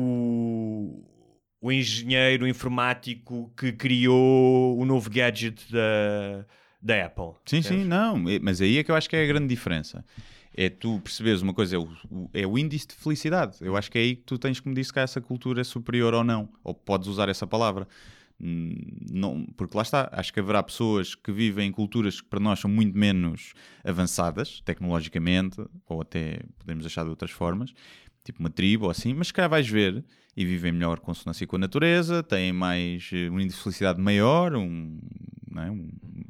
o, o engenheiro informático que criou o novo gadget da, da Apple? Sim, sim, não, mas aí é que eu acho que é a grande diferença. É tu perceberes uma coisa, é o, é o índice de felicidade. Eu acho que é aí que tu tens que me dizer que essa cultura é superior ou não, ou podes usar essa palavra. Não, porque lá está, acho que haverá pessoas que vivem em culturas que para nós são muito menos avançadas tecnologicamente, ou até podemos achar de outras formas, tipo uma tribo ou assim, mas se calhar vais ver e vivem melhor consonância com a natureza, têm mais um índice de felicidade maior, um, não é? um,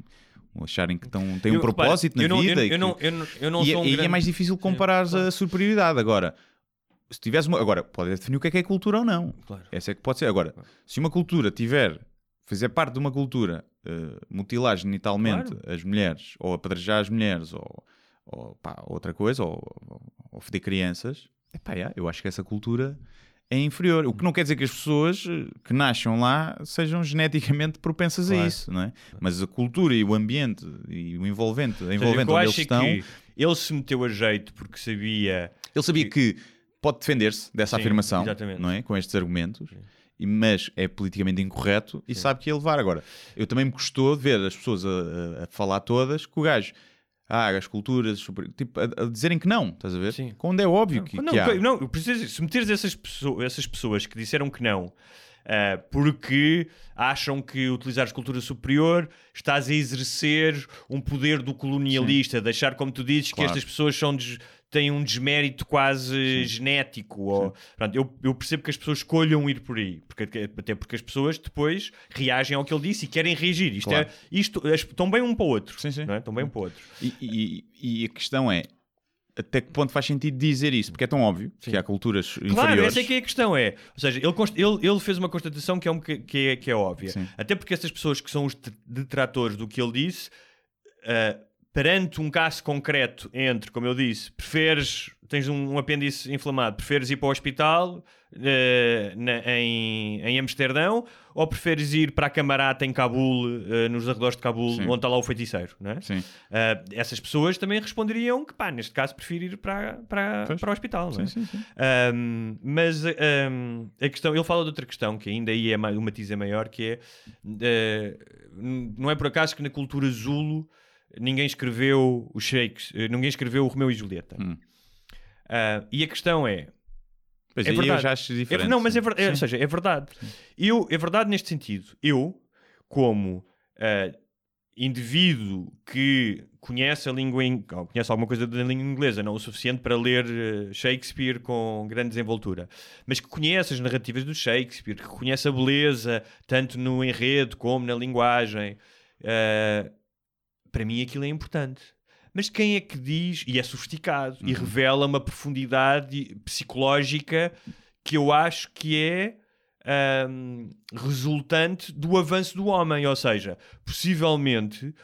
um acharem que estão, têm um eu, propósito repara, na eu vida. Não, eu, e eu, não, eu, não, eu não e, sou um e grande... é mais difícil comparar claro. a superioridade. Agora, se tivesse uma... Agora, pode definir o que é que é cultura ou não. Claro. Essa é que pode ser. Agora, claro. se uma cultura tiver, fazer parte de uma cultura, uh, mutilar genitalmente claro. as mulheres, ou apedrejar as mulheres, ou, ou pá, outra coisa, ou, ou, ou foder crianças, epá, yeah, eu acho que essa cultura é inferior. O que não quer dizer que as pessoas que nasçam lá sejam geneticamente propensas claro. a isso, não é? Mas a cultura e o ambiente e o envolvente, a envolvente onde eles estão... Que ele se meteu a jeito porque sabia... Ele sabia que... que pode defender-se dessa Sim, afirmação, exatamente. não é? Com estes argumentos, e, mas é politicamente incorreto e Sim. sabe que ia levar. Agora, eu também me gostou de ver as pessoas a, a, a falar todas que o gajo, ah, as culturas, tipo, a, a dizerem que não, estás a ver? Sim. Quando é óbvio não, que, não, que há. Não, eu preciso, se meteres essas pessoas, essas pessoas que disseram que não, Uh, porque acham que utilizar a cultura superior estás a exercer um poder do colonialista, Sim. deixar, como tu dizes, claro. que estas pessoas são des... têm um desmérito quase Sim. genético. Ou... Pronto, eu, eu percebo que as pessoas escolham ir por aí, porque, até porque as pessoas depois reagem ao que ele disse e querem reagir. Isto claro. é, isto, estão bem um para o outro. Sim, sim. Não é? Estão bem um para o outro. E, e, e a questão é, até que ponto faz sentido dizer isso? Porque é tão óbvio Sim. que há culturas claro, inferiores. Claro, essa é que é a questão. É. Ou seja, ele, ele, ele fez uma constatação que é, um, que é, que é óbvia. Sim. Até porque essas pessoas que são os detratores do que ele disse, uh, perante um caso concreto entre, como eu disse, preferes, tens um, um apêndice inflamado, preferes ir para o hospital uh, na, em, em Amsterdão, ou preferes ir para a Camarata em Cabul, uh, nos arredores de Cabul, Sim. onde está lá o feiticeiro, não é? Sim. Uh, essas pessoas também responderiam que, pá, neste caso prefiro ir para, para, para o hospital, não é? Sim, sim, sim. Um, mas um, a questão, ele fala de outra questão, que ainda aí é mais, o matiz é maior, que é, uh, não é por acaso que na cultura Zulu ninguém escreveu o Shakespeare, ninguém escreveu o Romeu e Julieta. Hum. Uh, e a questão é... Pois é aí verdade. eu já acho diferente. É, não, mas é verdade. É, ou seja, é verdade. Eu, é verdade neste sentido. Eu, como uh, indivíduo que conhece a língua, in... ou conhece alguma coisa da língua inglesa, não o suficiente para ler uh, Shakespeare com grande desenvoltura, mas que conhece as narrativas do Shakespeare, que conhece a beleza, tanto no enredo como na linguagem, uh, para mim aquilo é importante. Mas quem é que diz, e é sofisticado, uhum. e revela uma profundidade psicológica que eu acho que é um, resultante do avanço do homem. Ou seja, possivelmente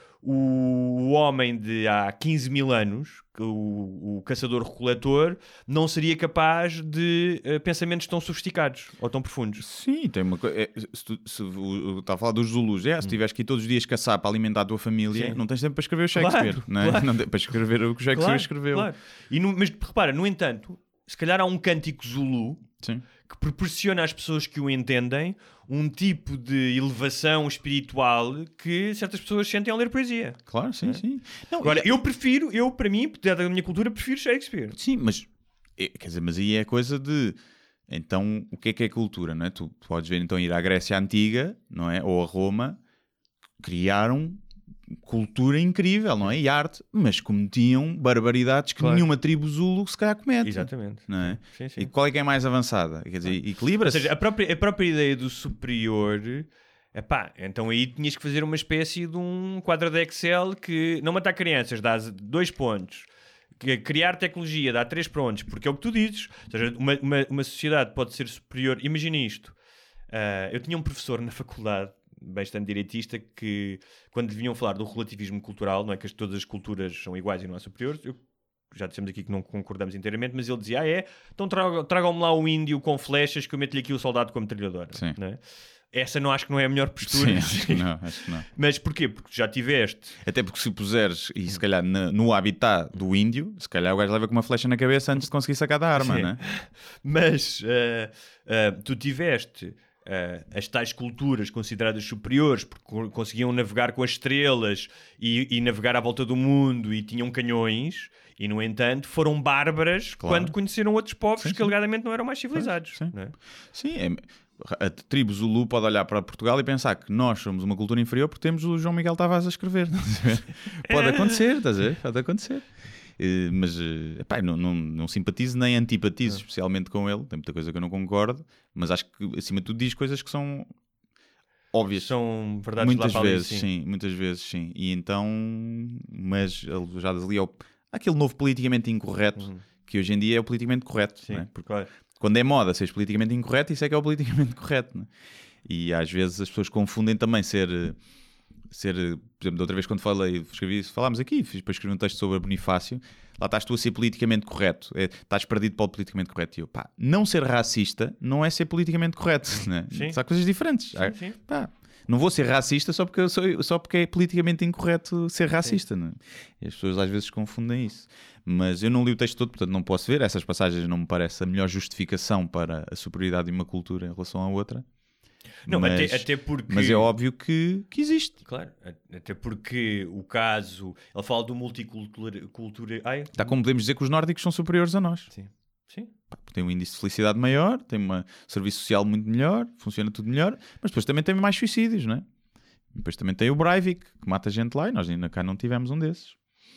o homem de há quinze mil anos, o, o caçador-recoletor, não seria capaz de uh, pensamentos tão sofisticados ou tão profundos. Sim, tem uma coisa. É, se tu, se, o, está a falar dos Zulus, é, se hum. tiveres que ir todos os dias caçar para alimentar a tua família, Sim. não tens tempo para escrever o Shakespeare, Claro, não é? claro. Não tem para escrever o que o Shakespeare Claro, escreveu. Claro. E no, mas repara, no entanto, se calhar há um cântico Zulu Sim. que proporciona às pessoas que o entendem um tipo de elevação espiritual que certas pessoas sentem ao ler poesia. Claro, sim, é? sim. Não, Agora, e... eu prefiro, eu para mim, dada a minha cultura, prefiro Shakespeare. Sim, mas quer dizer, mas aí é coisa de então o que é que é cultura, não é? Tu, tu podes ver então ir à Grécia Antiga, não é? Ou a Roma, criaram cultura incrível, não é? E arte, mas cometiam barbaridades que claro. nenhuma tribo Zulu se calhar comete. Exatamente. Não é? Sim, sim. E qual é que é mais avançada? Quer dizer, equilibra-se. Ou seja, a própria, a própria ideia do superior, epá, então aí tinhas que fazer uma espécie de um quadro de Excel que não matar crianças dá dois pontos. Criar tecnologia dá três pontos, porque é o que tu dizes. Ou seja, uma, uma, uma sociedade pode ser superior. Imagina isto. Uh, eu tinha um professor na faculdade bastante direitista que, quando vinham falar do relativismo cultural, não é que todas as culturas são iguais e não há superiores, eu, já dissemos aqui que não concordamos inteiramente, mas ele dizia, ah é? Então tragam, tragam-me lá o índio com flechas que eu meto-lhe aqui o soldado com a metralhadora. Sim. Não é? Essa não acho que não é a melhor postura. Sim, acho que não, acho que não. Mas porquê? Porque já tiveste... Até porque se puseres, e se calhar na, no habitat do índio, se calhar o gajo leva com uma flecha na cabeça antes de conseguir sacar da arma, Sim. não é? Mas uh, uh, tu tiveste... Uh, as tais culturas consideradas superiores porque conseguiam navegar com as estrelas e, e navegar à volta do mundo e tinham canhões e, no entanto, foram bárbaras claro. Quando conheceram outros povos sim, que sim. alegadamente não eram mais civilizados. Sim, não é? Sim é, a tribo Zulu pode olhar para Portugal e pensar que nós somos uma cultura inferior porque temos o João Miguel Tavares a escrever. Pode acontecer, estás a ver? Pode acontecer. Uh, mas uh, epá, não, não, não simpatizo nem antipatizo não. especialmente com ele, tem muita coisa que eu não concordo, mas acho que acima de tudo diz coisas que são óbvias, são verdades muitas lá vezes, ali, sim. sim, muitas vezes sim, e então mas já ali ao, aquele novo politicamente incorreto uhum. que hoje em dia é o politicamente correto, sim, não é? Porque claro. Quando é moda seres politicamente incorreto, isso é que é o politicamente correto, não é? E às vezes as pessoas confundem também ser ser, por exemplo, da outra vez quando falei, escrevi, falámos aqui, fiz, depois escrevi um texto sobre Bonifácio, lá estás tu a ser politicamente correto, é, estás perdido para o politicamente correto. E eu, pá, não ser racista não é ser politicamente correto, né? São coisas diferentes. Sim, sim. Pá, não vou ser racista só porque, eu sou, só porque é politicamente incorreto ser racista, né? E as pessoas às vezes confundem isso. Mas eu não li o texto todo, portanto não posso ver. Essas passagens não me parece a melhor justificação para a superioridade de uma cultura em relação à outra. Não, mas, até, até porque... mas é óbvio que, que existe. Claro, até porque o caso... Ele fala do multicultura... Cultura... Ai, Está como podemos dizer que os nórdicos são superiores a nós. Sim. Sim. Tem um índice de felicidade maior, tem um serviço social muito melhor, funciona tudo melhor, mas depois também tem mais suicídios, não é? Depois também tem o Breivik, que mata gente lá, e nós ainda cá não tivemos um desses.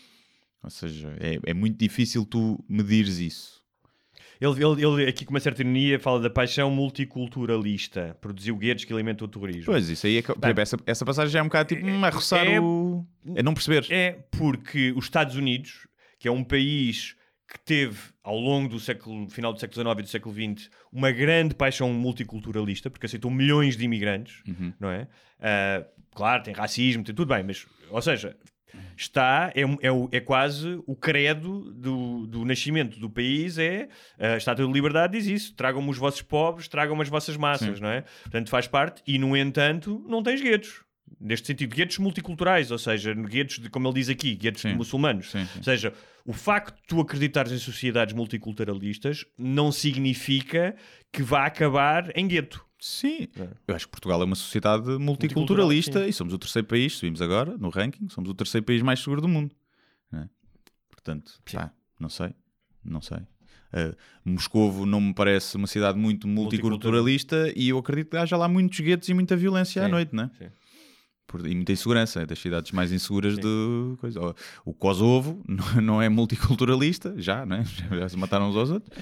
Ou seja, é, é muito difícil tu medires isso. Ele, ele, ele aqui com uma certa ironia fala da paixão multiculturalista, produziu guetos que alimentam o terrorismo. Pois, isso aí é que, exemplo, essa, essa passagem já é um bocado tipo hum, a roçar é, o... É não perceber. É porque os Estados Unidos, que é um país que teve, ao longo do século, final do século dezenove e do século vinte, uma grande paixão multiculturalista, porque aceitou milhões de imigrantes, uhum. não é? Uh, claro, tem racismo, tem tudo bem, mas, ou seja... Está, é, é, é quase o credo do, do nascimento do país, é a Estátua de Liberdade diz isso, tragam-me os vossos pobres, tragam-me as vossas massas, sim. não é? Portanto faz parte, e no entanto não tens guetos, neste sentido, guetos multiculturais, ou seja, guetos, de, como ele diz aqui, guetos de muçulmanos, sim, sim. Ou seja, o facto de tu acreditares em sociedades multiculturalistas não significa que vá acabar em gueto. Sim, eu acho que Portugal é uma sociedade multiculturalista Multicultural, e somos o terceiro país, subimos agora no ranking, somos o terceiro país mais seguro do mundo. Não é? Portanto, pá, não sei, não sei. Uh, Moscovo não me parece uma cidade muito multiculturalista e eu acredito que haja lá muitos guetos e muita violência Sim, à noite, não é? sim. Por, e muita insegurança, é das cidades mais inseguras de coisa. O, o Kosovo não, não é multiculturalista, já, né? já se mataram uns aos outros.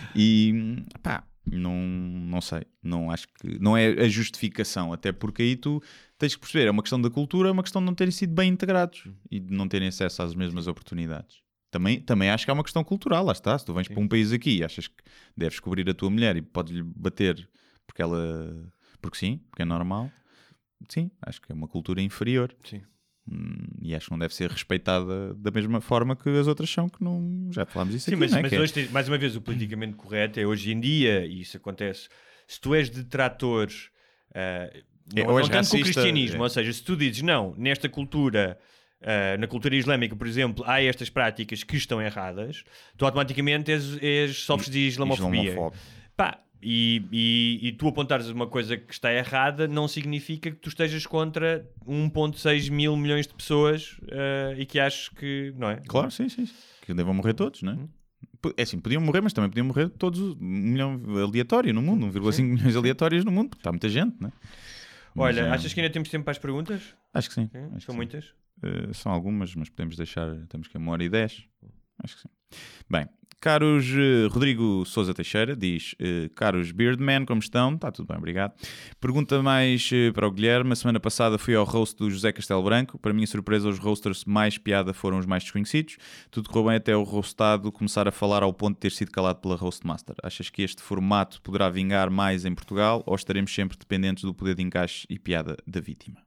E pá, não, não sei, não acho que não é a justificação, até porque aí tu tens que perceber, é uma questão da cultura, é uma questão de não terem sido bem integrados e de não terem acesso às mesmas oportunidades. Também, também acho que é uma questão cultural, lá está. Se tu vens Sim. para um país aqui e achas que deves cobrir a tua mulher e podes-lhe bater porque ela. Porque sim, porque é normal. Sim, acho que é uma cultura inferior. Sim. Hum, e acho que não deve ser respeitada da mesma forma que as outras são, que não... Já falámos isso Sim, aqui, mas, não é? mas Que hoje, é... tens, mais uma vez, o politicamente correto é hoje em dia, e isso acontece, se tu és detratores, uh, não, é, não tanto racista, com o cristianismo, é. ou seja, se tu dizes, não, nesta cultura... Uh, na cultura islâmica, por exemplo, há estas práticas que estão erradas, tu automaticamente és, és, sofres de islamofobia. Pá, e, e, e tu apontares uma coisa que está errada não significa que tu estejas contra um vírgula seis mil milhões de pessoas uh, e que aches que, não é? Claro, sim, sim. Que devam morrer todos, não é? Hum. É assim, podiam morrer, mas também podiam morrer todos, um milhão aleatório no mundo, um vírgula cinco milhões aleatórios no mundo, porque está muita gente, não é? Olha, mas, achas que ainda temos tempo para as perguntas? Acho que sim. É? Acho São que muitas? Sim. Uh, são algumas, mas podemos deixar. Temos que uma hora e dez. Acho que sim. Bem, caros uh, Rodrigo Sousa Teixeira diz: uh, caros Beardman, como estão? Está tudo bem, obrigado. Pergunta mais uh, para o Guilherme. A semana passada fui ao roast do José Castelo Branco. Para minha surpresa, os roasters mais piada foram os mais desconhecidos. Tudo correu bem até o roastado começar a falar ao ponto de ter sido calado pela Roastmaster. Achas que este formato poderá vingar mais em Portugal ou estaremos sempre dependentes do poder de encaixe e piada da vítima?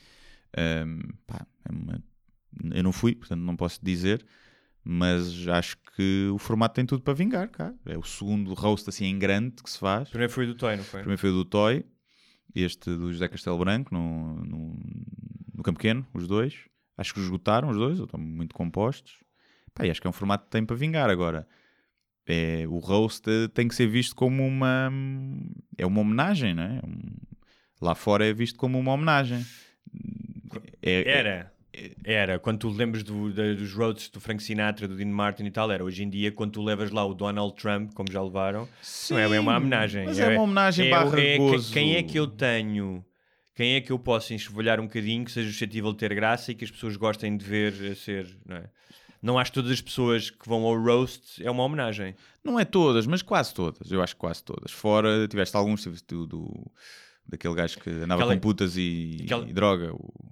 Um, pá, é uma... eu não fui, portanto não posso dizer, mas acho que o formato tem tudo para vingar, cara. É o segundo roast assim em grande que se faz. Primeiro foi o do Toy, não foi? Primeiro foi o do Toy, este do José Castelo Branco no, no, no Campo Pequeno, os dois. Acho que esgotaram os dois, estão muito compostos. Pá, e acho que é um formato que tem para vingar. Agora, é, o roast tem que ser visto como uma é uma homenagem, não é? Um, lá fora é visto como uma homenagem. É, era, era, quando tu lembras do, da, dos roasts do Frank Sinatra, do Dean Martin e tal, era hoje em dia, quando tu levas lá o Donald Trump, como já levaram, sim, não é bem uma homenagem. Mas é, é uma homenagem é, barra é, gozo. Quem é que eu tenho, quem é que eu posso enxovalhar um bocadinho, que seja suscetível de ter graça e que as pessoas gostem de ver a ser, não é? Não acho que todas as pessoas que vão ao roast é uma homenagem. Não é todas, mas quase todas, eu acho que quase todas. Fora, tiveste alguns, tiveste do, do, daquele gajo que andava Aquela... com putas e, Aquela... e droga, o...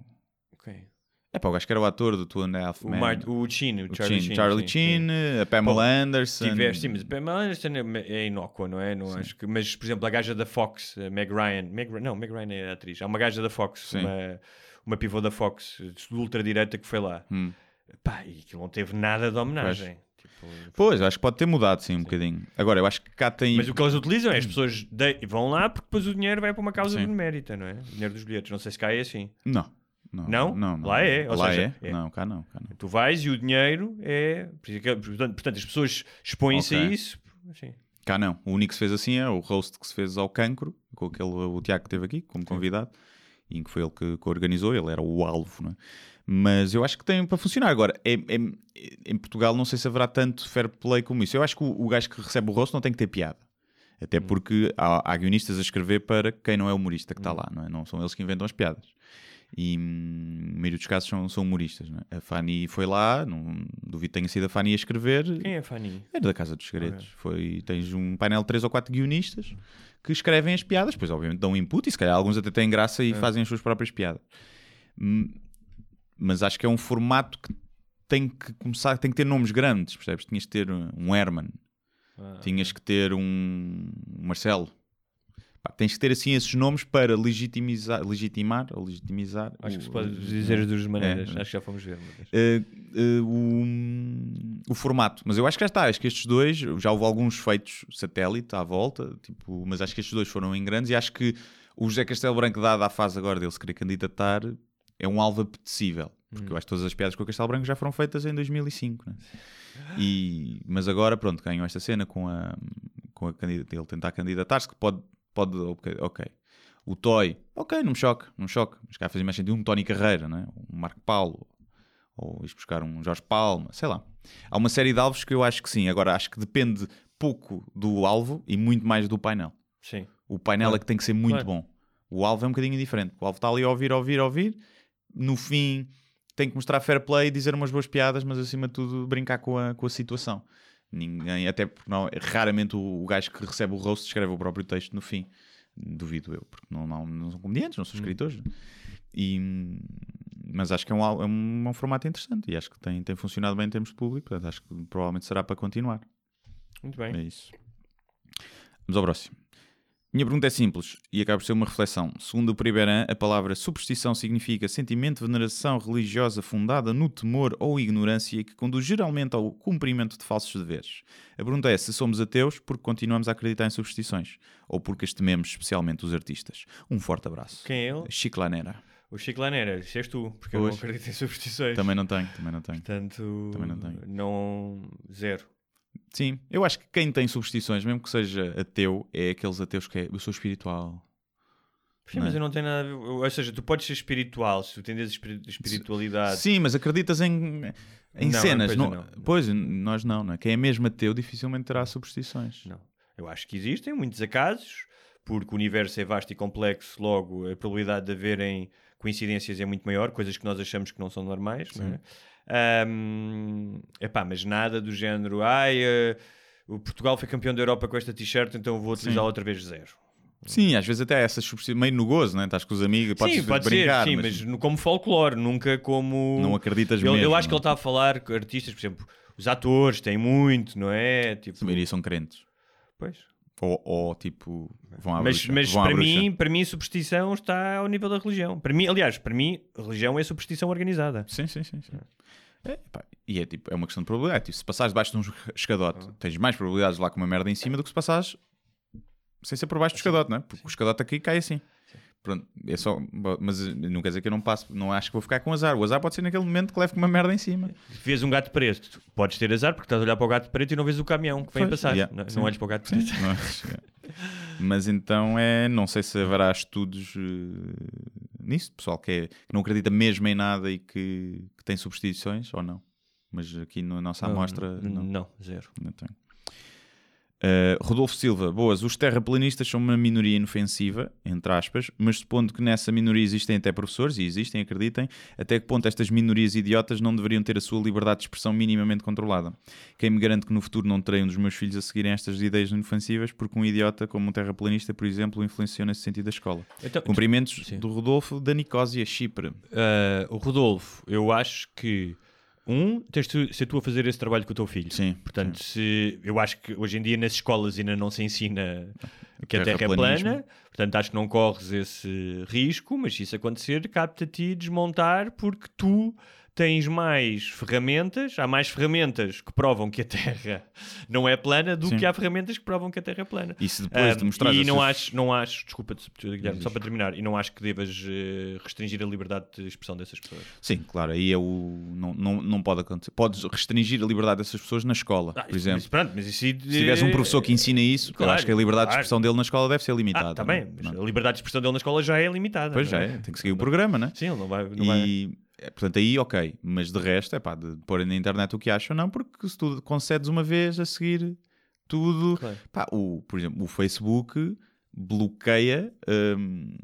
É pá, o gajo que era o ator do Two and a Half Men. O, Mar- o Chin, o Charlie Chin. Charlie Chin, a Pamela Pô, Anderson. Tiveste, sim, mas a Pamela Anderson é, é inócua, não é? Não acho que, mas, por exemplo, a gaja da Fox, a Meg Ryan. Meg, não, Meg Ryan é a atriz. Há uma gaja da Fox, uma, uma pivô da Fox, de ultradireita, que foi lá. Hum. Pá, e aquilo não teve nada de homenagem. Tipo, pois, acho que pode ter mudado, sim, um sim. bocadinho. Agora, eu acho que cá tem... Mas o que eles utilizam é as pessoas de... vão lá porque depois o dinheiro vai para uma causa benemérita, não é? O dinheiro dos bilhetes. Não sei se cá é assim. Não. Não, não? não, não? Lá é. Ou lá seja, é? é? Não, cá não, cá não. Tu vais e o dinheiro é... Portanto, portanto as pessoas expõem-se okay. a isso. Assim. Cá não. O único que se fez assim é o roast que se fez ao Cancro, com aquele, o Tiago que esteve aqui como convidado, e que foi ele que, que organizou, ele era o alvo, não é? Mas eu acho que tem para funcionar. Agora, é, é, em Portugal não sei se haverá tanto fair play como isso. Eu acho que o, o gajo que recebe o roast não tem que ter piada. Até porque há, há guionistas a escrever para quem não é humorista que está lá, não é? Não são eles que inventam as piadas. E hum, a maioria dos casos são, são humoristas, não é? A Fanny foi lá, não duvido que tenha sido a Fanny a escrever. Quem é a Fanny? Era da Casa dos Segredos. Okay. Foi, tens um painel de três ou quatro guionistas que escrevem as piadas, depois obviamente dão input e se calhar alguns até têm graça e é. fazem as suas próprias piadas. Hum, mas acho que é um formato que tem que começar, tem que ter nomes grandes, percebes? Tinhas que ter um Herman, ah, tinhas okay. que ter um Marcelo. Pá, tens que ter assim esses nomes para legitimizar, legitimar ou legitimizar. Acho o, que se pode dizer as duas maneiras. É, acho que já fomos ver. Uh, uh, o, o formato. Mas eu acho que já está. Acho que estes dois, já houve alguns feitos satélite à volta, tipo, mas acho que estes dois foram em grandes e acho que o José Castelo Branco, dada a fase agora dele se querer candidatar, é um alvo apetecível. Porque hum. eu acho que todas as piadas com o Castelo Branco já foram feitas em dois mil e cinco. Né? E, mas agora, pronto, ganham esta cena com a, com a ele tentar candidatar-se, que pode, pode ok. okay. O Toy, ok, não me choque, não me choque. Mas cá fazia mais sentido um Tony Carreira, né? Um Marco Paulo, ou ir buscar um Jorge Palma, sei lá. Há uma série de alvos que eu acho que sim. Agora, acho que depende pouco do alvo e muito mais do painel. Sim. O painel Claro. é que tem que ser muito Claro. bom. O alvo é um bocadinho diferente. O alvo está ali a ouvir, a ouvir, a ouvir. No fim, tem que mostrar fair play, dizer umas boas piadas, mas acima de tudo brincar com a, com a situação. Ninguém, até porque não, raramente o, o gajo que recebe o roast escreve o próprio texto no fim. Duvido eu, porque não, não, não são comediantes, não são escritores. E, mas acho que é um, é um, um formato interessante e acho que tem, tem funcionado bem em termos de público. Portanto, acho que provavelmente será para continuar. Muito bem. É isso. Vamos ao próximo. Minha pergunta é simples e acaba por ser uma reflexão. Segundo o Priberan, a palavra superstição significa sentimento de veneração religiosa fundada no temor ou ignorância que conduz geralmente ao cumprimento de falsos deveres. A pergunta é se somos ateus porque continuamos a acreditar em superstições ou porque as tememos, especialmente os artistas. Um forte abraço. Quem é ele? Chiclanera. O Chico Lanera, isso és tu, porque eu não Pois. acredito em superstições. Também não tenho, também não tenho. Portanto, Também não tenho. não... Zero. Sim, eu acho que quem tem superstições, mesmo que seja ateu, é aqueles ateus que é, eu sou espiritual. Sim, Não mas é? eu não tenho nada a ver. Ou seja, tu podes ser espiritual se tu tendes espiri- espiritualidade. Sim, mas acreditas em, em Não, cenas. pois Não, não. Pois, nós não, não é? Quem é mesmo ateu dificilmente terá superstições. Não. Eu acho que existem muitos acasos, porque o universo é vasto e complexo, logo a probabilidade de haverem coincidências é muito maior, coisas que nós achamos que não são normais, não é? Um, epá, mas nada do género, ai, uh, o Portugal foi campeão da Europa com esta t-shirt, então vou utilizá-la outra vez zero. Sim, às vezes até essas superstições, meio no gozo, não é? Estás com os amigos, podes Sim, pode brincar, ser, sim, mas, mas no- como folclore, nunca como... não acreditas Eu, mesmo. eu acho que não ele está a falar que artistas, por exemplo, os atores têm muito, não é? Tipo, A maioria são crentes. pois. Ou, ou tipo, vão à Mas, bruxa. mas vão à para, bruxa. mim, para mim, superstição está ao nível da religião. Para mim, aliás, para mim, a religião é superstição organizada. Sim, sim, sim. sim. É, pá, e é tipo, é uma questão de probabilidade. Tipo, se passares debaixo de um escadote, tens mais probabilidades de lá com uma merda em cima do que se passares sem ser por baixo do escadote, não é? Porque o escadote aqui cai assim. Pronto, é só, mas não quer dizer que eu não passo, não acho que vou ficar com azar. O azar pode ser naquele momento que levo com uma merda em cima. Se vês um gato preto, podes ter azar porque estás a olhar para o gato preto e não vês o caminhão que vem a Pois, passar. yeah, não, sim. não olhes para o gato preto. Não acho, é. Mas então é, não sei se haverá estudos uh, nisso, pessoal que, é, que não acredita mesmo em nada e que, que tem superstições ou não. Mas aqui na nossa amostra não, não, não, zero. não tem. Uh, Rodolfo Silva, boas, os terraplanistas são uma minoria inofensiva, entre aspas, mas supondo que nessa minoria existem até professores, e existem, acreditem, até que ponto estas minorias idiotas não deveriam ter a sua liberdade de expressão minimamente controlada? Quem me garante que no futuro não terei um dos meus filhos a seguirem estas ideias inofensivas porque um idiota como um terraplanista, por exemplo, o influenciou nesse sentido da escola? Então, Cumprimentos sim. do Rodolfo da Nicósia, Chipre. Uh, o Rodolfo, eu acho que um, tens de ser tu a fazer esse trabalho com o teu filho. Sim. Portanto, sim. se, eu acho que hoje em dia nas escolas ainda não se ensina que a Terra é terraplanismo. plana, portanto acho que não corres esse risco, mas se isso acontecer, cabe-te a ti desmontar porque tu tens mais ferramentas, há mais ferramentas que provam que a Terra não é plana do Sim. que há ferramentas que provam que a Terra é plana. E se depois Um, de mostrares e essas- não acho, não acho, desculpa, Guilherme, só para terminar, e não acho que devas uh, restringir a liberdade de expressão dessas pessoas. Sim, claro, aí é o... Não, não, não pode acontecer. Podes restringir a liberdade dessas pessoas na escola, Ah, por isso- exemplo. Mas, pronto, mas isso, Se tivesse um professor que ensina isso, Claro, eu acho que a liberdade claro. de expressão dele na escola deve ser limitada. Ah, está não é? bem, mas Não. a liberdade de expressão dele na escola já é limitada. Pois não já é, tem que seguir o programa, não é? Sim, ele não vai... Não vai... E, é, portanto, aí ok, mas de resto é pá, de pôr na internet o que acham, não, porque se tu concedes uma vez a seguir tudo, Claro. pá, o, por exemplo, o Facebook bloqueia hum,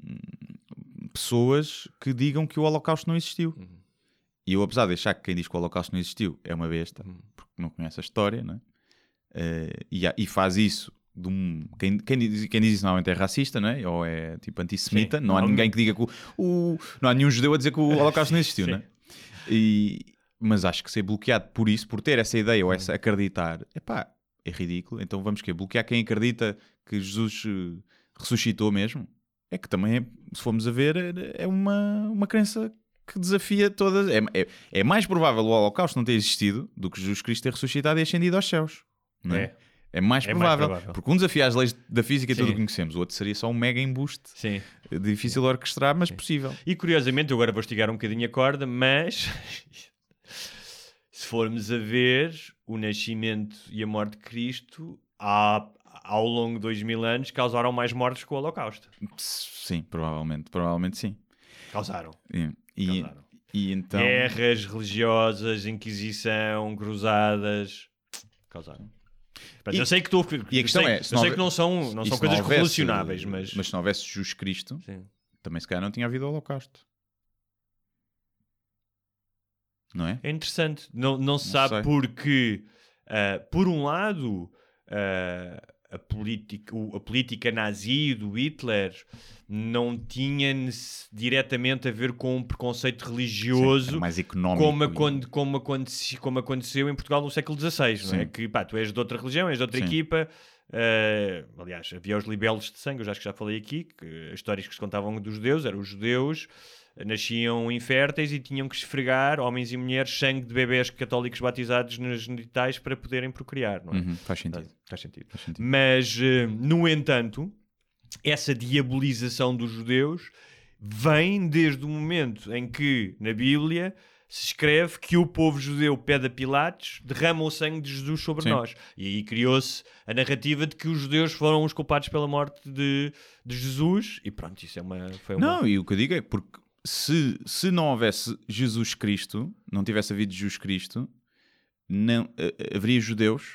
pessoas que digam que o Holocausto não existiu. Uhum. E eu, apesar de achar que quem diz que o Holocausto não existiu é uma besta, Uhum. porque não conhece a história, não é? Eh, e, há- e faz isso de um, quem, quem, diz, quem diz isso normalmente é racista, não é? Ou é tipo antissemita. Sim. Não há Não- ninguém que diga que o, o- não há nenhum judeu a dizer que o Holocausto não existiu, Sim. não é? E, mas acho que ser bloqueado por isso, por ter essa ideia ou essa acreditar, epá, é ridículo. Então vamos quê? Bloquear quem acredita que Jesus eh, ressuscitou mesmo? É que também, é, se formos a ver, é- é uma, uma crença que desafia todas. É, é, é mais provável o Holocausto não ter existido do que Jesus Cristo ter ressuscitado e ascendido aos céus. Não é? É. É mais, É mais provável, provável. porque um desafia as leis da física e tudo o Sim. que conhecemos, o outro seria só um mega embuste. Sim. Difícil de orquestrar, mas possível. E curiosamente, eu agora vou estigar um bocadinho a corda, mas se formos a ver o nascimento e a morte de Cristo, há, ao longo de dois mil anos, causaram mais mortes que o Holocausto. Sim, provavelmente, provavelmente sim. Causaram. E, e, Causaram. E então... Guerras religiosas, Inquisição, Cruzadas, causaram. Portanto, E- eu sei que estou... e a questão sei, é, eu se não sei houve- que não são, não e são se coisas houvesse- revolucionáveis, mas... Mas se não houvesse Jesus Cristo, Sim. também se calhar não tinha havido holocausto. Não é? É interessante. Não, não se Não sabe sei. porque, ah, por um lado, ah, a, política, o- a política nazi do Hitler não tinha nece- diretamente a ver com um preconceito Sim, religioso, era mais económico. como, e- acon- como, aconteci- como aconteceu em Portugal no século dezasseis, não é? Sim. Que pá, tu és de outra religião, és de outra Sim. equipa. ah, aliás, havia os libelos de sangue, eu já acho que já falei aqui, que as histórias que se contavam dos judeus eram os judeus nasciam inférteis e tinham que esfregar, homens e mulheres, sangue de bebés católicos batizados nos genitais para poderem procriar, não é? Uhum, faz sentido. Faz sentido. Faz sentido. Mas, eh, no entanto, essa diabolização dos judeus vem desde o momento em que, na Bíblia, se escreve que o povo judeu pede a Pilatos, derrama o sangue de Jesus sobre Sim. nós. E aí criou-se a narrativa de que os judeus foram os culpados pela morte de, de Jesus. E pronto, isso é uma... Foi uma... Não, e o que eu digo é que porque se, se não houvesse Jesus Cristo, não tivesse havido Jesus Cristo, não, eh, haveria judeus.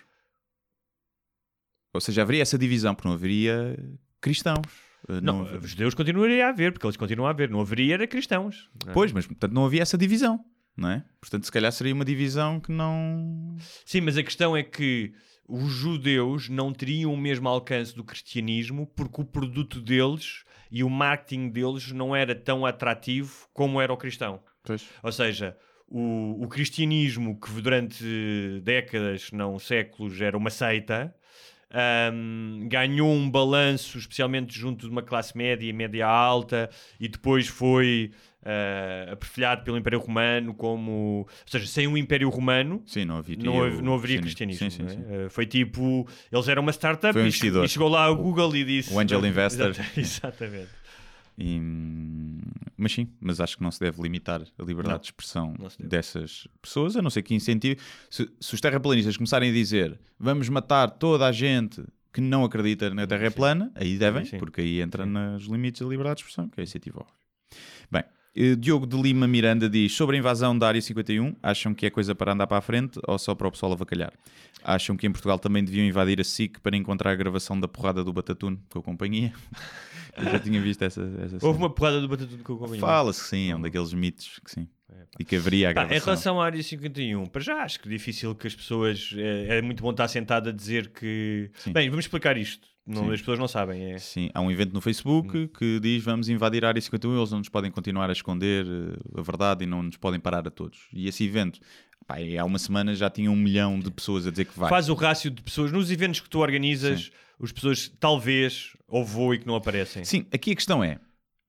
Ou seja, haveria essa divisão, porque não haveria cristãos. Eh, Não, haveria- os judeus continuariam a haver, porque eles continuam a haver. Não haveria era cristãos. não é? Pois, mas portanto não havia essa divisão, não é? Portanto, se calhar seria uma divisão que não... Sim, mas a questão é que os judeus não teriam o mesmo alcance do cristianismo porque o produto deles e o marketing deles não era tão atrativo como era o cristão. Pois. Ou seja, o, o cristianismo, que durante décadas, se não séculos, era uma seita, ahm, ganhou um balanço, especialmente junto de uma classe média e média alta, e depois foi uh, aperfilhado pelo Império Romano como... Ou seja, sem o Império Romano, Sim, não haveria, não, hav- não haveria sim, cristianismo. Sim, sim, não é? sim. Uh, foi tipo, eles eram uma startup Foi um e, investidor. e chegou lá o Google e disse... o angel investor. Exata- Exatamente. E, mas sim, mas acho que não se deve limitar a liberdade Não, de expressão não se deve. dessas pessoas, a não ser que incentive. Se, se os terraplanistas começarem a dizer vamos matar toda a gente que não acredita na Terra é plana, aí devem, Sim, sim. porque aí entra nos limites da liberdade de expressão, que é incentivo óbvio. Bem, eh, Diogo de Lima Miranda diz sobre a invasão da Área cinquenta e um, acham que é coisa para andar para a frente ou só para o pessoal avacalhar? Acham que em Portugal também deviam invadir a S I C para encontrar a gravação da porrada do Batatune com a companhia? Eu já tinha visto essa, essa Houve cena. uma porrada do Batatudo com o companheiro. Fala-se que sim, é um daqueles mitos que sim. E que haveria a Pá, gravação. em relação à Área cinquenta e um, para já acho que é difícil que as pessoas... É, é muito bom estar sentado a dizer que... Sim. Bem, vamos explicar isto. Não, Sim. as pessoas não sabem. É... Sim, há um evento no Facebook Hum. que diz vamos invadir a Área cinquenta e um, eles não nos podem continuar a esconder eh, a verdade e não nos podem parar a todos. E esse evento, pá, há uma semana já tinha um milhão de pessoas a dizer que vai. Faz o rácio de pessoas. Nos eventos que tu organizas, as pessoas talvez ou vou e que não aparecem. Sim, aqui a questão é,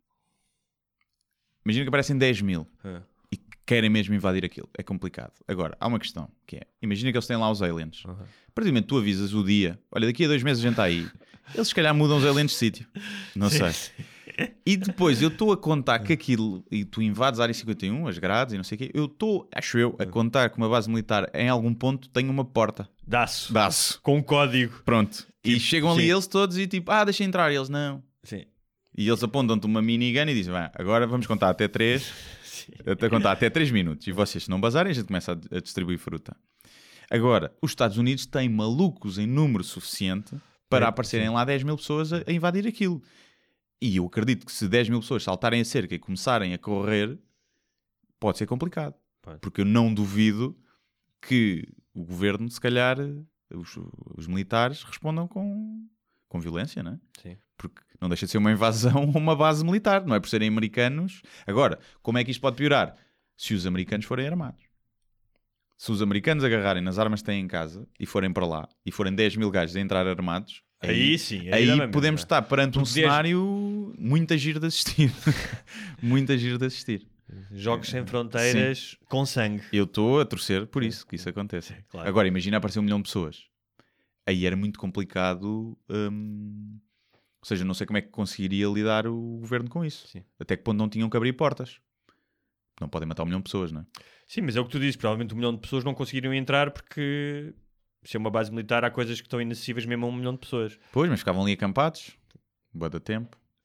imagina que aparecem dez mil Ah. e que querem mesmo invadir aquilo. É complicado. Agora, há uma questão que é, imagina que eles têm lá os aliens. Uhum. A partir do momento que tu avisas o dia, olha, daqui a dois meses a gente está aí, eles se calhar mudam os aliens de sítio. Não sei. E depois eu estou a contar que aquilo, e tu invades a Área cinquenta e um, as grades e não sei o quê, eu estou, acho eu, a contar que uma base militar em algum ponto tem uma porta. Dá-se. Dá-se. Com um código. Pronto. E Tipo, chegam ali sim. eles todos e tipo, ah, deixa entrar. E eles, não. Sim. E eles apontam-te uma minigun e dizem, vá, agora vamos contar até três, até contar até três minutos. E vocês, se não bazarem, a gente começa a, a distribuir fruta. Agora, os Estados Unidos têm malucos em número suficiente para É, aparecerem lá dez mil pessoas a, a invadir aquilo. E eu acredito que se dez mil pessoas saltarem a cerca e começarem a correr, pode ser complicado. Pode. Porque eu não duvido que o governo, se calhar, os, os militares respondam com, com violência, não é? Sim. Porque não deixa de ser uma invasão a uma base militar, não é por serem americanos. Agora, como é que isto pode piorar? Se os americanos forem armados. Se os americanos agarrarem nas armas que têm em casa e forem para lá e forem dez mil gajos a entrar armados, Aí, aí, sim. aí dá mesmo, podemos não é? estar perante um Porque dez cenário muito giro de assistir. Muito giro de assistir. Jogos sem fronteiras com sangue. Eu estou a torcer por isso, que isso aconteça. Sim, claro. Agora, imagina aparecer um milhão de pessoas. Aí era muito complicado. hum, Ou seja, não sei como é que conseguiria lidar o governo com isso. Sim. Até que ponto não tinham que abrir portas. Não podem matar um milhão de pessoas, não é? Sim, mas é o que tu dizes. Provavelmente um milhão de pessoas não conseguiriam entrar porque se é uma base militar há coisas que estão inacessíveis mesmo a um milhão de pessoas. Pois, mas ficavam ali acampados. Boa da tempo.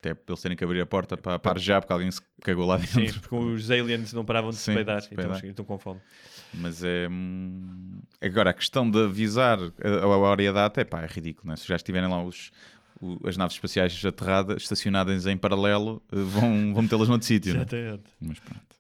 Até para eles terem que abrir a porta para, para já, porque alguém se cagou lá dentro. Sim, porque os aliens não paravam de se Sim, peidar, se então peidar. estão com fome. Mas é... hum, Agora, a questão de avisar a, a hora e a data, é pá, é ridículo, não é? Se já estiverem lá os, o- as naves espaciais aterradas, estacionadas em paralelo, eh, vão, vão metê-las noutro sítio, não é? Exatamente. Mas pronto.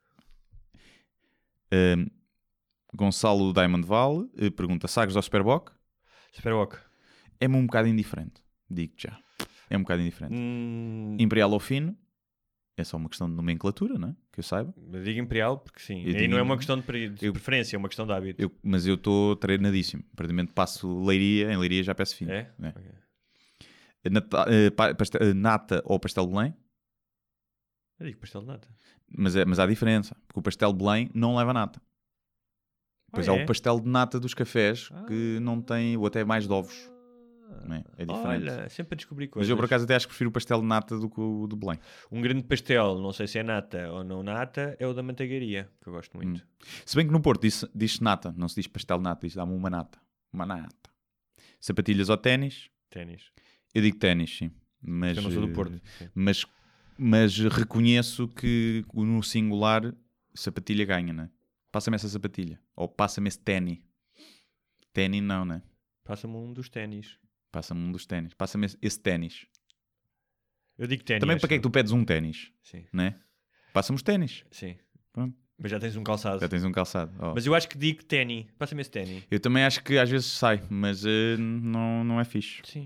Hum, Gonçalo Diamond Val eh, pergunta: Sagres ou Superboc? Superboc. É-me um bocado indiferente, digo-te já. É um bocado indiferente. Hum, Imperial ou fino? É só uma questão de nomenclatura, não é? Que eu saiba. eu digo Imperial porque sim. Eu E digo- não é uma questão de, pre- de eu- preferência, é uma questão de hábito. Eu- mas eu estou treinadíssimo. Praticamente passo Leiria, em Leiria já peço fino. É? É. Ok. Nata, eh, pa- paste- eh, nata ou pastel de Belém? Eu digo pastel de nata. Mas, é, mas há diferença, porque o pastel de Belém não leva nata. Depois Ah, há é? o pastel de nata dos cafés que não tem, ou até mais de ovos. Não é? É diferente. Olha, sempre a descobrir coisas. Mas eu por acaso até acho que prefiro o pastel de nata do que o do Belém. Um grande pastel, não sei se é nata ou não nata, é o da manteigaria, que eu gosto muito. Se bem que no Porto diz- diz-se nata, não se diz pastel de nata, diz dá-me uma nata. Uma nata. Sapatilhas ou ténis? Ténis. Eu digo ténis, sim. Mas, Eu não sou do eh, Porto. Sim. Mas, mas reconheço que no singular sapatilha ganha, né? Passa-me essa sapatilha. Ou passa-me esse ténis. Ténis não, né? Passa-me um dos ténis. Passa-me um dos ténis. Passa-me esse- esse ténis. Eu digo ténis. Também acho para que é que tu pedes um ténis? Sim, Né? Passa-me os ténis. sim. Pronto. Mas já tens um calçado. Já tens um calçado. Oh. Mas eu acho que digo ténis. Passa-me esse ténis. Eu também acho que às vezes sai, mas eh, não, não é fixe. Sim.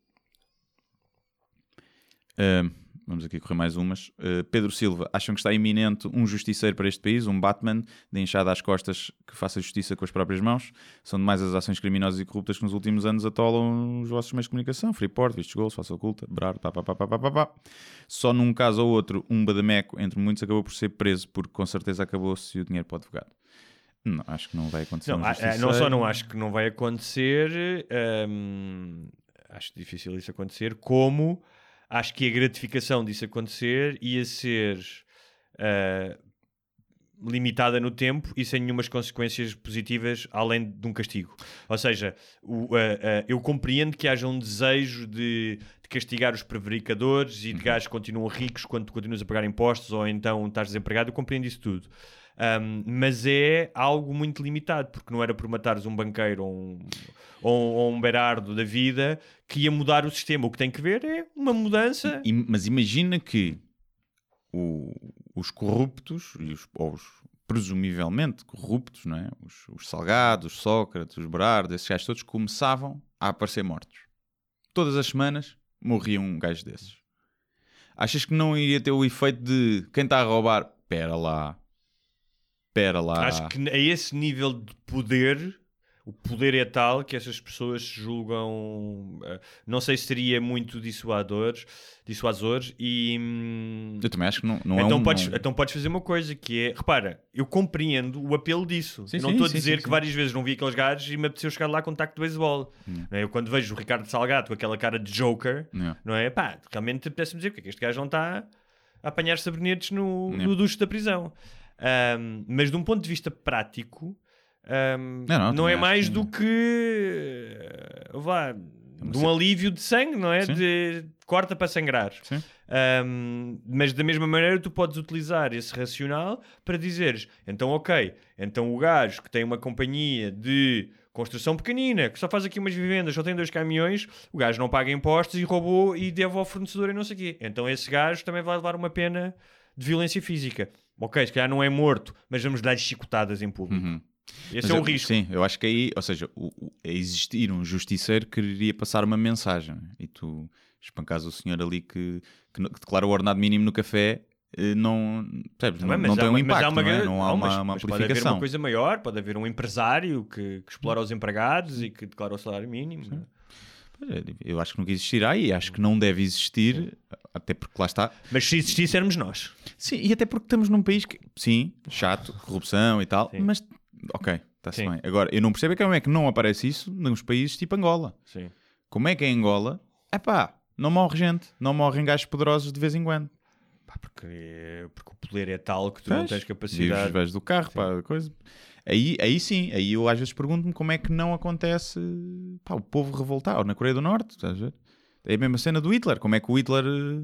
Uh, vamos aqui correr mais umas. Uh, Pedro Silva, acham que está iminente um justiceiro para este país, um Batman de enxada às costas que faça justiça com as próprias mãos? São demais as ações criminosas e corruptas que nos últimos anos atolam os vossos meios de comunicação. Freeport, vistos gols, faça oculta, Brar, pá, pá, pá, pá, pá, pá, pá. Só num caso ou outro, um badameco, entre muitos, acabou por ser preso, porque com certeza acabou-se o dinheiro para o advogado. Não, acho que não vai acontecer Não, um ah, ah, justiceiro. não só não acho que não vai acontecer, hum, acho difícil isso acontecer, como acho que a gratificação disso acontecer ia ser ah, limitada no tempo e sem nenhumas consequências positivas além de um castigo. Ou seja, o, ah, ah, eu compreendo que haja um desejo de, de castigar os prevaricadores e de gajos que continuam ricos quando tu continuas a pagar impostos ou então estás desempregado, eu compreendo isso tudo. Um, mas é algo muito limitado, porque não era por matares um banqueiro ou um, ou, ou um Berardo da vida que ia mudar o sistema. O que tem que ver é uma mudança. I- Mas imagina que o- os corruptos, e os, ou os presumivelmente corruptos, não é? os, os Salgados, os Sócrates, os Berardo, esses gajos todos começavam a aparecer mortos. Todas as semanas morria um gajo desses. Achas que não iria ter o efeito de quem está a roubar? Pera lá. Pera lá. Acho que a esse nível de poder, o poder é tal que essas pessoas se julgam, uh, não sei se seria muito dissuadores, dissuasores e... hum, Eu também acho que não, não então, é um... podes, não- então podes fazer uma coisa que é, repara, eu compreendo o apelo disso. Sim, Eu não sim, estou a sim, dizer sim, que sim. várias vezes não vi aqueles gajos e me apeteceu chegar lá com um taco de beisebol. Hum. Não é? Eu quando vejo o Ricardo Salgado com aquela cara de Joker, Não. não é? Pá, realmente apetece-me dizer porque é que este gajo não está a apanhar sabernetes no, Não. no duche da prisão. Ahm, mas de um ponto de vista prático, ahm, Não, não, não também é acho mais que- do que uh, vá, de um cer- alívio de sangue, não é? Sim. De corta para sangrar. Sim. Um, mas da mesma maneira tu podes utilizar esse racional para dizeres, então ok, então o gajo que tem uma companhia de construção pequenina, que só faz aqui umas vivendas, só tem dois caminhões, o gajo não paga impostos e roubou e deve ao fornecedor e não sei o quê. Então esse gajo também vai levar uma pena de violência física. Ok, se calhar não é morto, mas vamos dar-lhe chicotadas em público. Uhum. Esse Mas é o eu- risco. Sim, eu acho que aí, ou seja, o, o, a existir um justiceiro quereria passar uma mensagem, né? E tu espancas o senhor ali que, que, no- que declara o ordenado mínimo no café, eh, não, percebes? Também, não, mas não há tem um uma- mas impacto, há uma não, é? grande- Não há não, uma, mas- uma mas pode haver amplificação. uma coisa maior, pode haver um empresário que, que explora os empregados e que declara o salário mínimo. não é? Pois é, eu acho que nunca existirá e acho que não deve existir, até porque lá está. Mas se existisse, éramos nós. Sim, e até porque estamos num país que, sim, chato, corrupção e tal, Sim. mas, ok, está-se Sim. bem. Agora, eu não percebo é como é que não aparece isso nos países tipo Angola. Sim. Como é que em Angola, epá, não morre gente, não morrem gajos poderosos de vez em quando. Pá, porque, porque o poder é tal que tu não Vês? tens Vives, capacidade. vais do carro, pá, coisa. Aí, aí sim, aí eu às vezes pergunto-me como é que não acontece, pá, o povo revoltar, ou na Coreia do Norte, estás a ver? É a mesma cena do Hitler, como é que o Hitler, eh,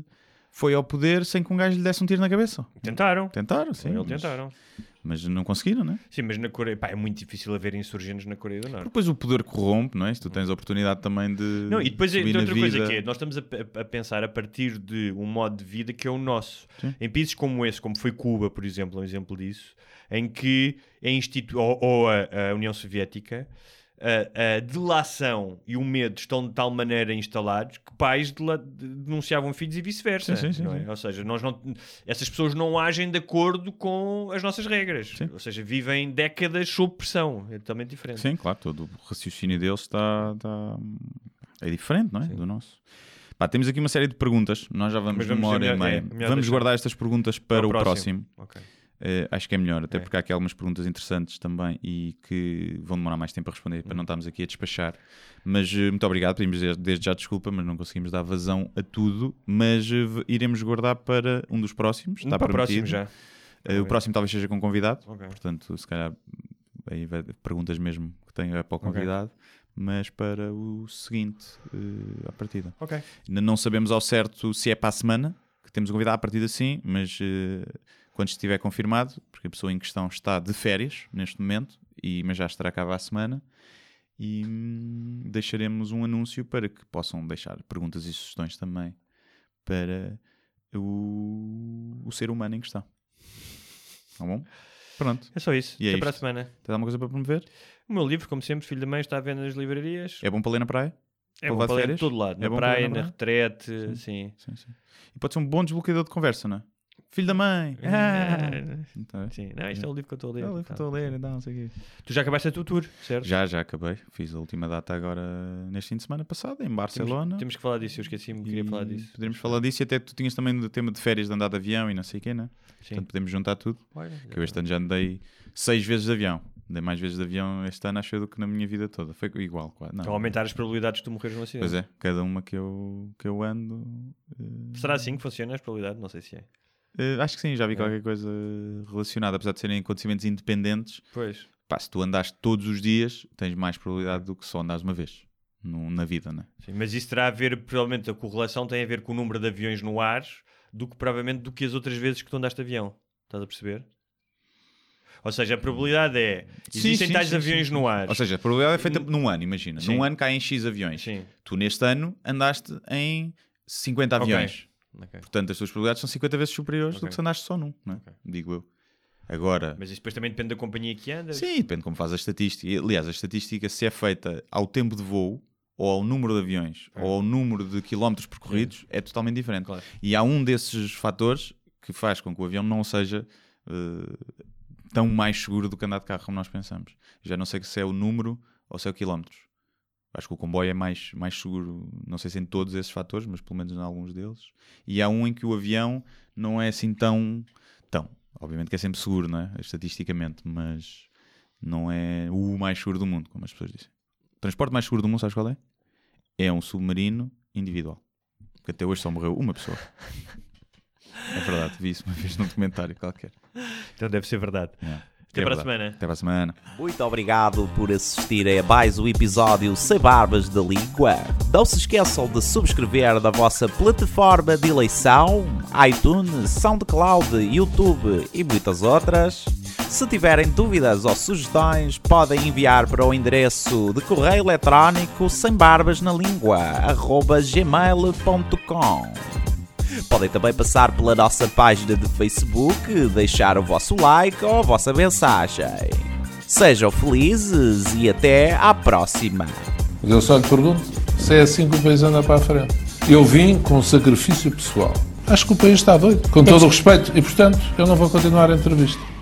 foi ao poder sem que um gajo lhe desse um tiro na cabeça. Tentaram. Tentaram, sim. Eles mas... tentaram. Mas não conseguiram, não é? Sim, mas na Coreia... Pá, é muito difícil haver insurgentes na Coreia do Norte. Depois o poder corrompe, não é? Se tu tens a oportunidade também de Não, e depois subir tem outra na vida... coisa que é, nós estamos a, a pensar a partir de um modo de vida que é o nosso. Sim. Em países como esse, como foi Cuba, por exemplo, é um exemplo disso, em que é institu... ou, ou a, a União Soviética, a, a delação e o medo estão de tal maneira instalados que pais de la... denunciavam filhos e vice-versa. Sim, sim, sim, não é? sim. Ou seja, nós não... essas pessoas não agem de acordo com as nossas regras. Sim. Ou seja, vivem décadas sob pressão. É totalmente diferente. Sim, claro, todo o raciocínio deles está, está... é diferente, não é? Sim. Do nosso. Pá, temos aqui uma série de perguntas. Nós já vamos, Mas vamos uma hora melhor- e meia. é, melhor vamos deixar- guardar estas perguntas para o próximo. próximo. Ok. Uh, acho que é melhor, até É. porque há aqui algumas perguntas interessantes também e que vão demorar mais tempo a responder para não estarmos aqui a despachar. Mas uh, muito obrigado, pedimos desde- desde já desculpa, mas não conseguimos dar vazão a tudo. Mas uh, v- iremos guardar para um dos próximos. Um Está para o próximo prometido. já. Uh, o próximo talvez seja com convidado, Ok. portanto, se calhar aí vai, perguntas mesmo que tenha para o convidado. Mas para o seguinte, uh, à partida. Ok. Ainda não sabemos ao certo se é para a semana, que temos um convidado à partida sim, mas uh, quando estiver confirmado, porque a pessoa em questão está de férias neste momento, e, mas já estará cá à semana, e hum, deixaremos um anúncio para que possam deixar perguntas e sugestões também para o, o ser humano em questão. Tá bom? Pronto. É só isso. E é Até para a isto. semana. Tens alguma coisa para promover? O meu livro, como sempre, Filho da Mãe, está à venda nas livrarias. É bom para ler na praia? É para bom levar de para ler em férias? todo lado. É Na bom para ler praia, na na praia? retrete, sim. Sim, sim. E pode ser um bom desbloqueador de conversa, não é? Filho da mãe! Ah! Então, é. Sim. Não, isto é o livro que eu estou a ler. É o livro que eu estou a ler, então, não sei o quê. Tu já acabaste a tua tour, certo? Já, já acabei. Fiz a última data agora neste fim de semana passado, em Barcelona. Temos, temos que falar disso, eu esqueci-me, queria E falar disso. Poderíamos falar disso e até tu tinhas também o tema de férias de andar de avião e não sei o quê, né? Sim. Portanto, podemos juntar tudo. Olha, Que eu este ano já andei seis vezes de avião. Andei mais vezes de avião este ano, acho eu, do que na minha vida toda. Foi igual, quase. Não. Estão a aumentar as probabilidades de tu morreres num acidente. Pois é, cada uma que eu, que eu ando. eh, Será assim que funciona as probabilidades? Não sei se é. eh, acho que sim, já vi É. qualquer coisa relacionada, apesar de serem acontecimentos independentes. Pois. Pá, se tu andaste todos os dias, tens mais probabilidade do que só andares uma vez no- na vida, né? Sim, mas isso terá a ver, provavelmente a correlação tem a ver com o número de aviões no ar do que provavelmente do que as outras vezes que tu andaste de avião. Estás a perceber? Ou seja, a probabilidade é... Existem Sim, sim, tais sim, aviões sim, no sim. ar. Ou seja, a probabilidade é feita num ano, imagina. Sim. Num ano caem X aviões. Sim. Tu neste ano andaste em cinquenta Ok. aviões. Ok. Portanto, as tuas probabilidades são cinquenta vezes superiores do Ok. que se andaste só num, não é? Ok. Digo eu. Agora, Mas isso depois também depende da companhia que andas. sim, depende de como faz a estatística. E, aliás, a estatística se é feita ao tempo de voo, ou ao número de aviões, É. ou ao número de quilómetros percorridos, é totalmente diferente. Claro. E há um desses fatores que faz com que o avião não seja eh, tão mais seguro do que andar de carro como nós pensamos. Já não sei se é o número ou se é o quilómetros. Acho que o comboio é mais, mais seguro, não sei se em todos esses fatores, mas pelo menos em alguns deles. E há um em que o avião não é assim tão... tão. Obviamente que é sempre seguro, não é? Estatisticamente, mas não é o mais seguro do mundo, como as pessoas dizem. O transporte mais seguro do mundo, sabes qual é? É um submarino individual. Porque até hoje só morreu uma pessoa. É verdade, vi isso uma vez num documentário qualquer. Então deve ser verdade. Yeah. Até É para a verdade. semana. Até para a semana. Muito obrigado por assistirem a mais um episódio Sem Barbas da Língua. Não se esqueçam de subscrever na vossa plataforma de eleição, iTunes, SoundCloud, YouTube e muitas outras. Se tiverem dúvidas ou sugestões, podem enviar para o endereço de correio eletrónico sem barbas na língua arroba gmail ponto com. Podem também passar pela nossa página de Facebook, deixar o vosso like ou a vossa mensagem. Sejam felizes e até à próxima. Mas eu só lhe pergunto se é assim que o país anda para a frente. Eu vim com sacrifício pessoal. Acho que o país está doido, com todo o respeito, e portanto eu não vou continuar a entrevista.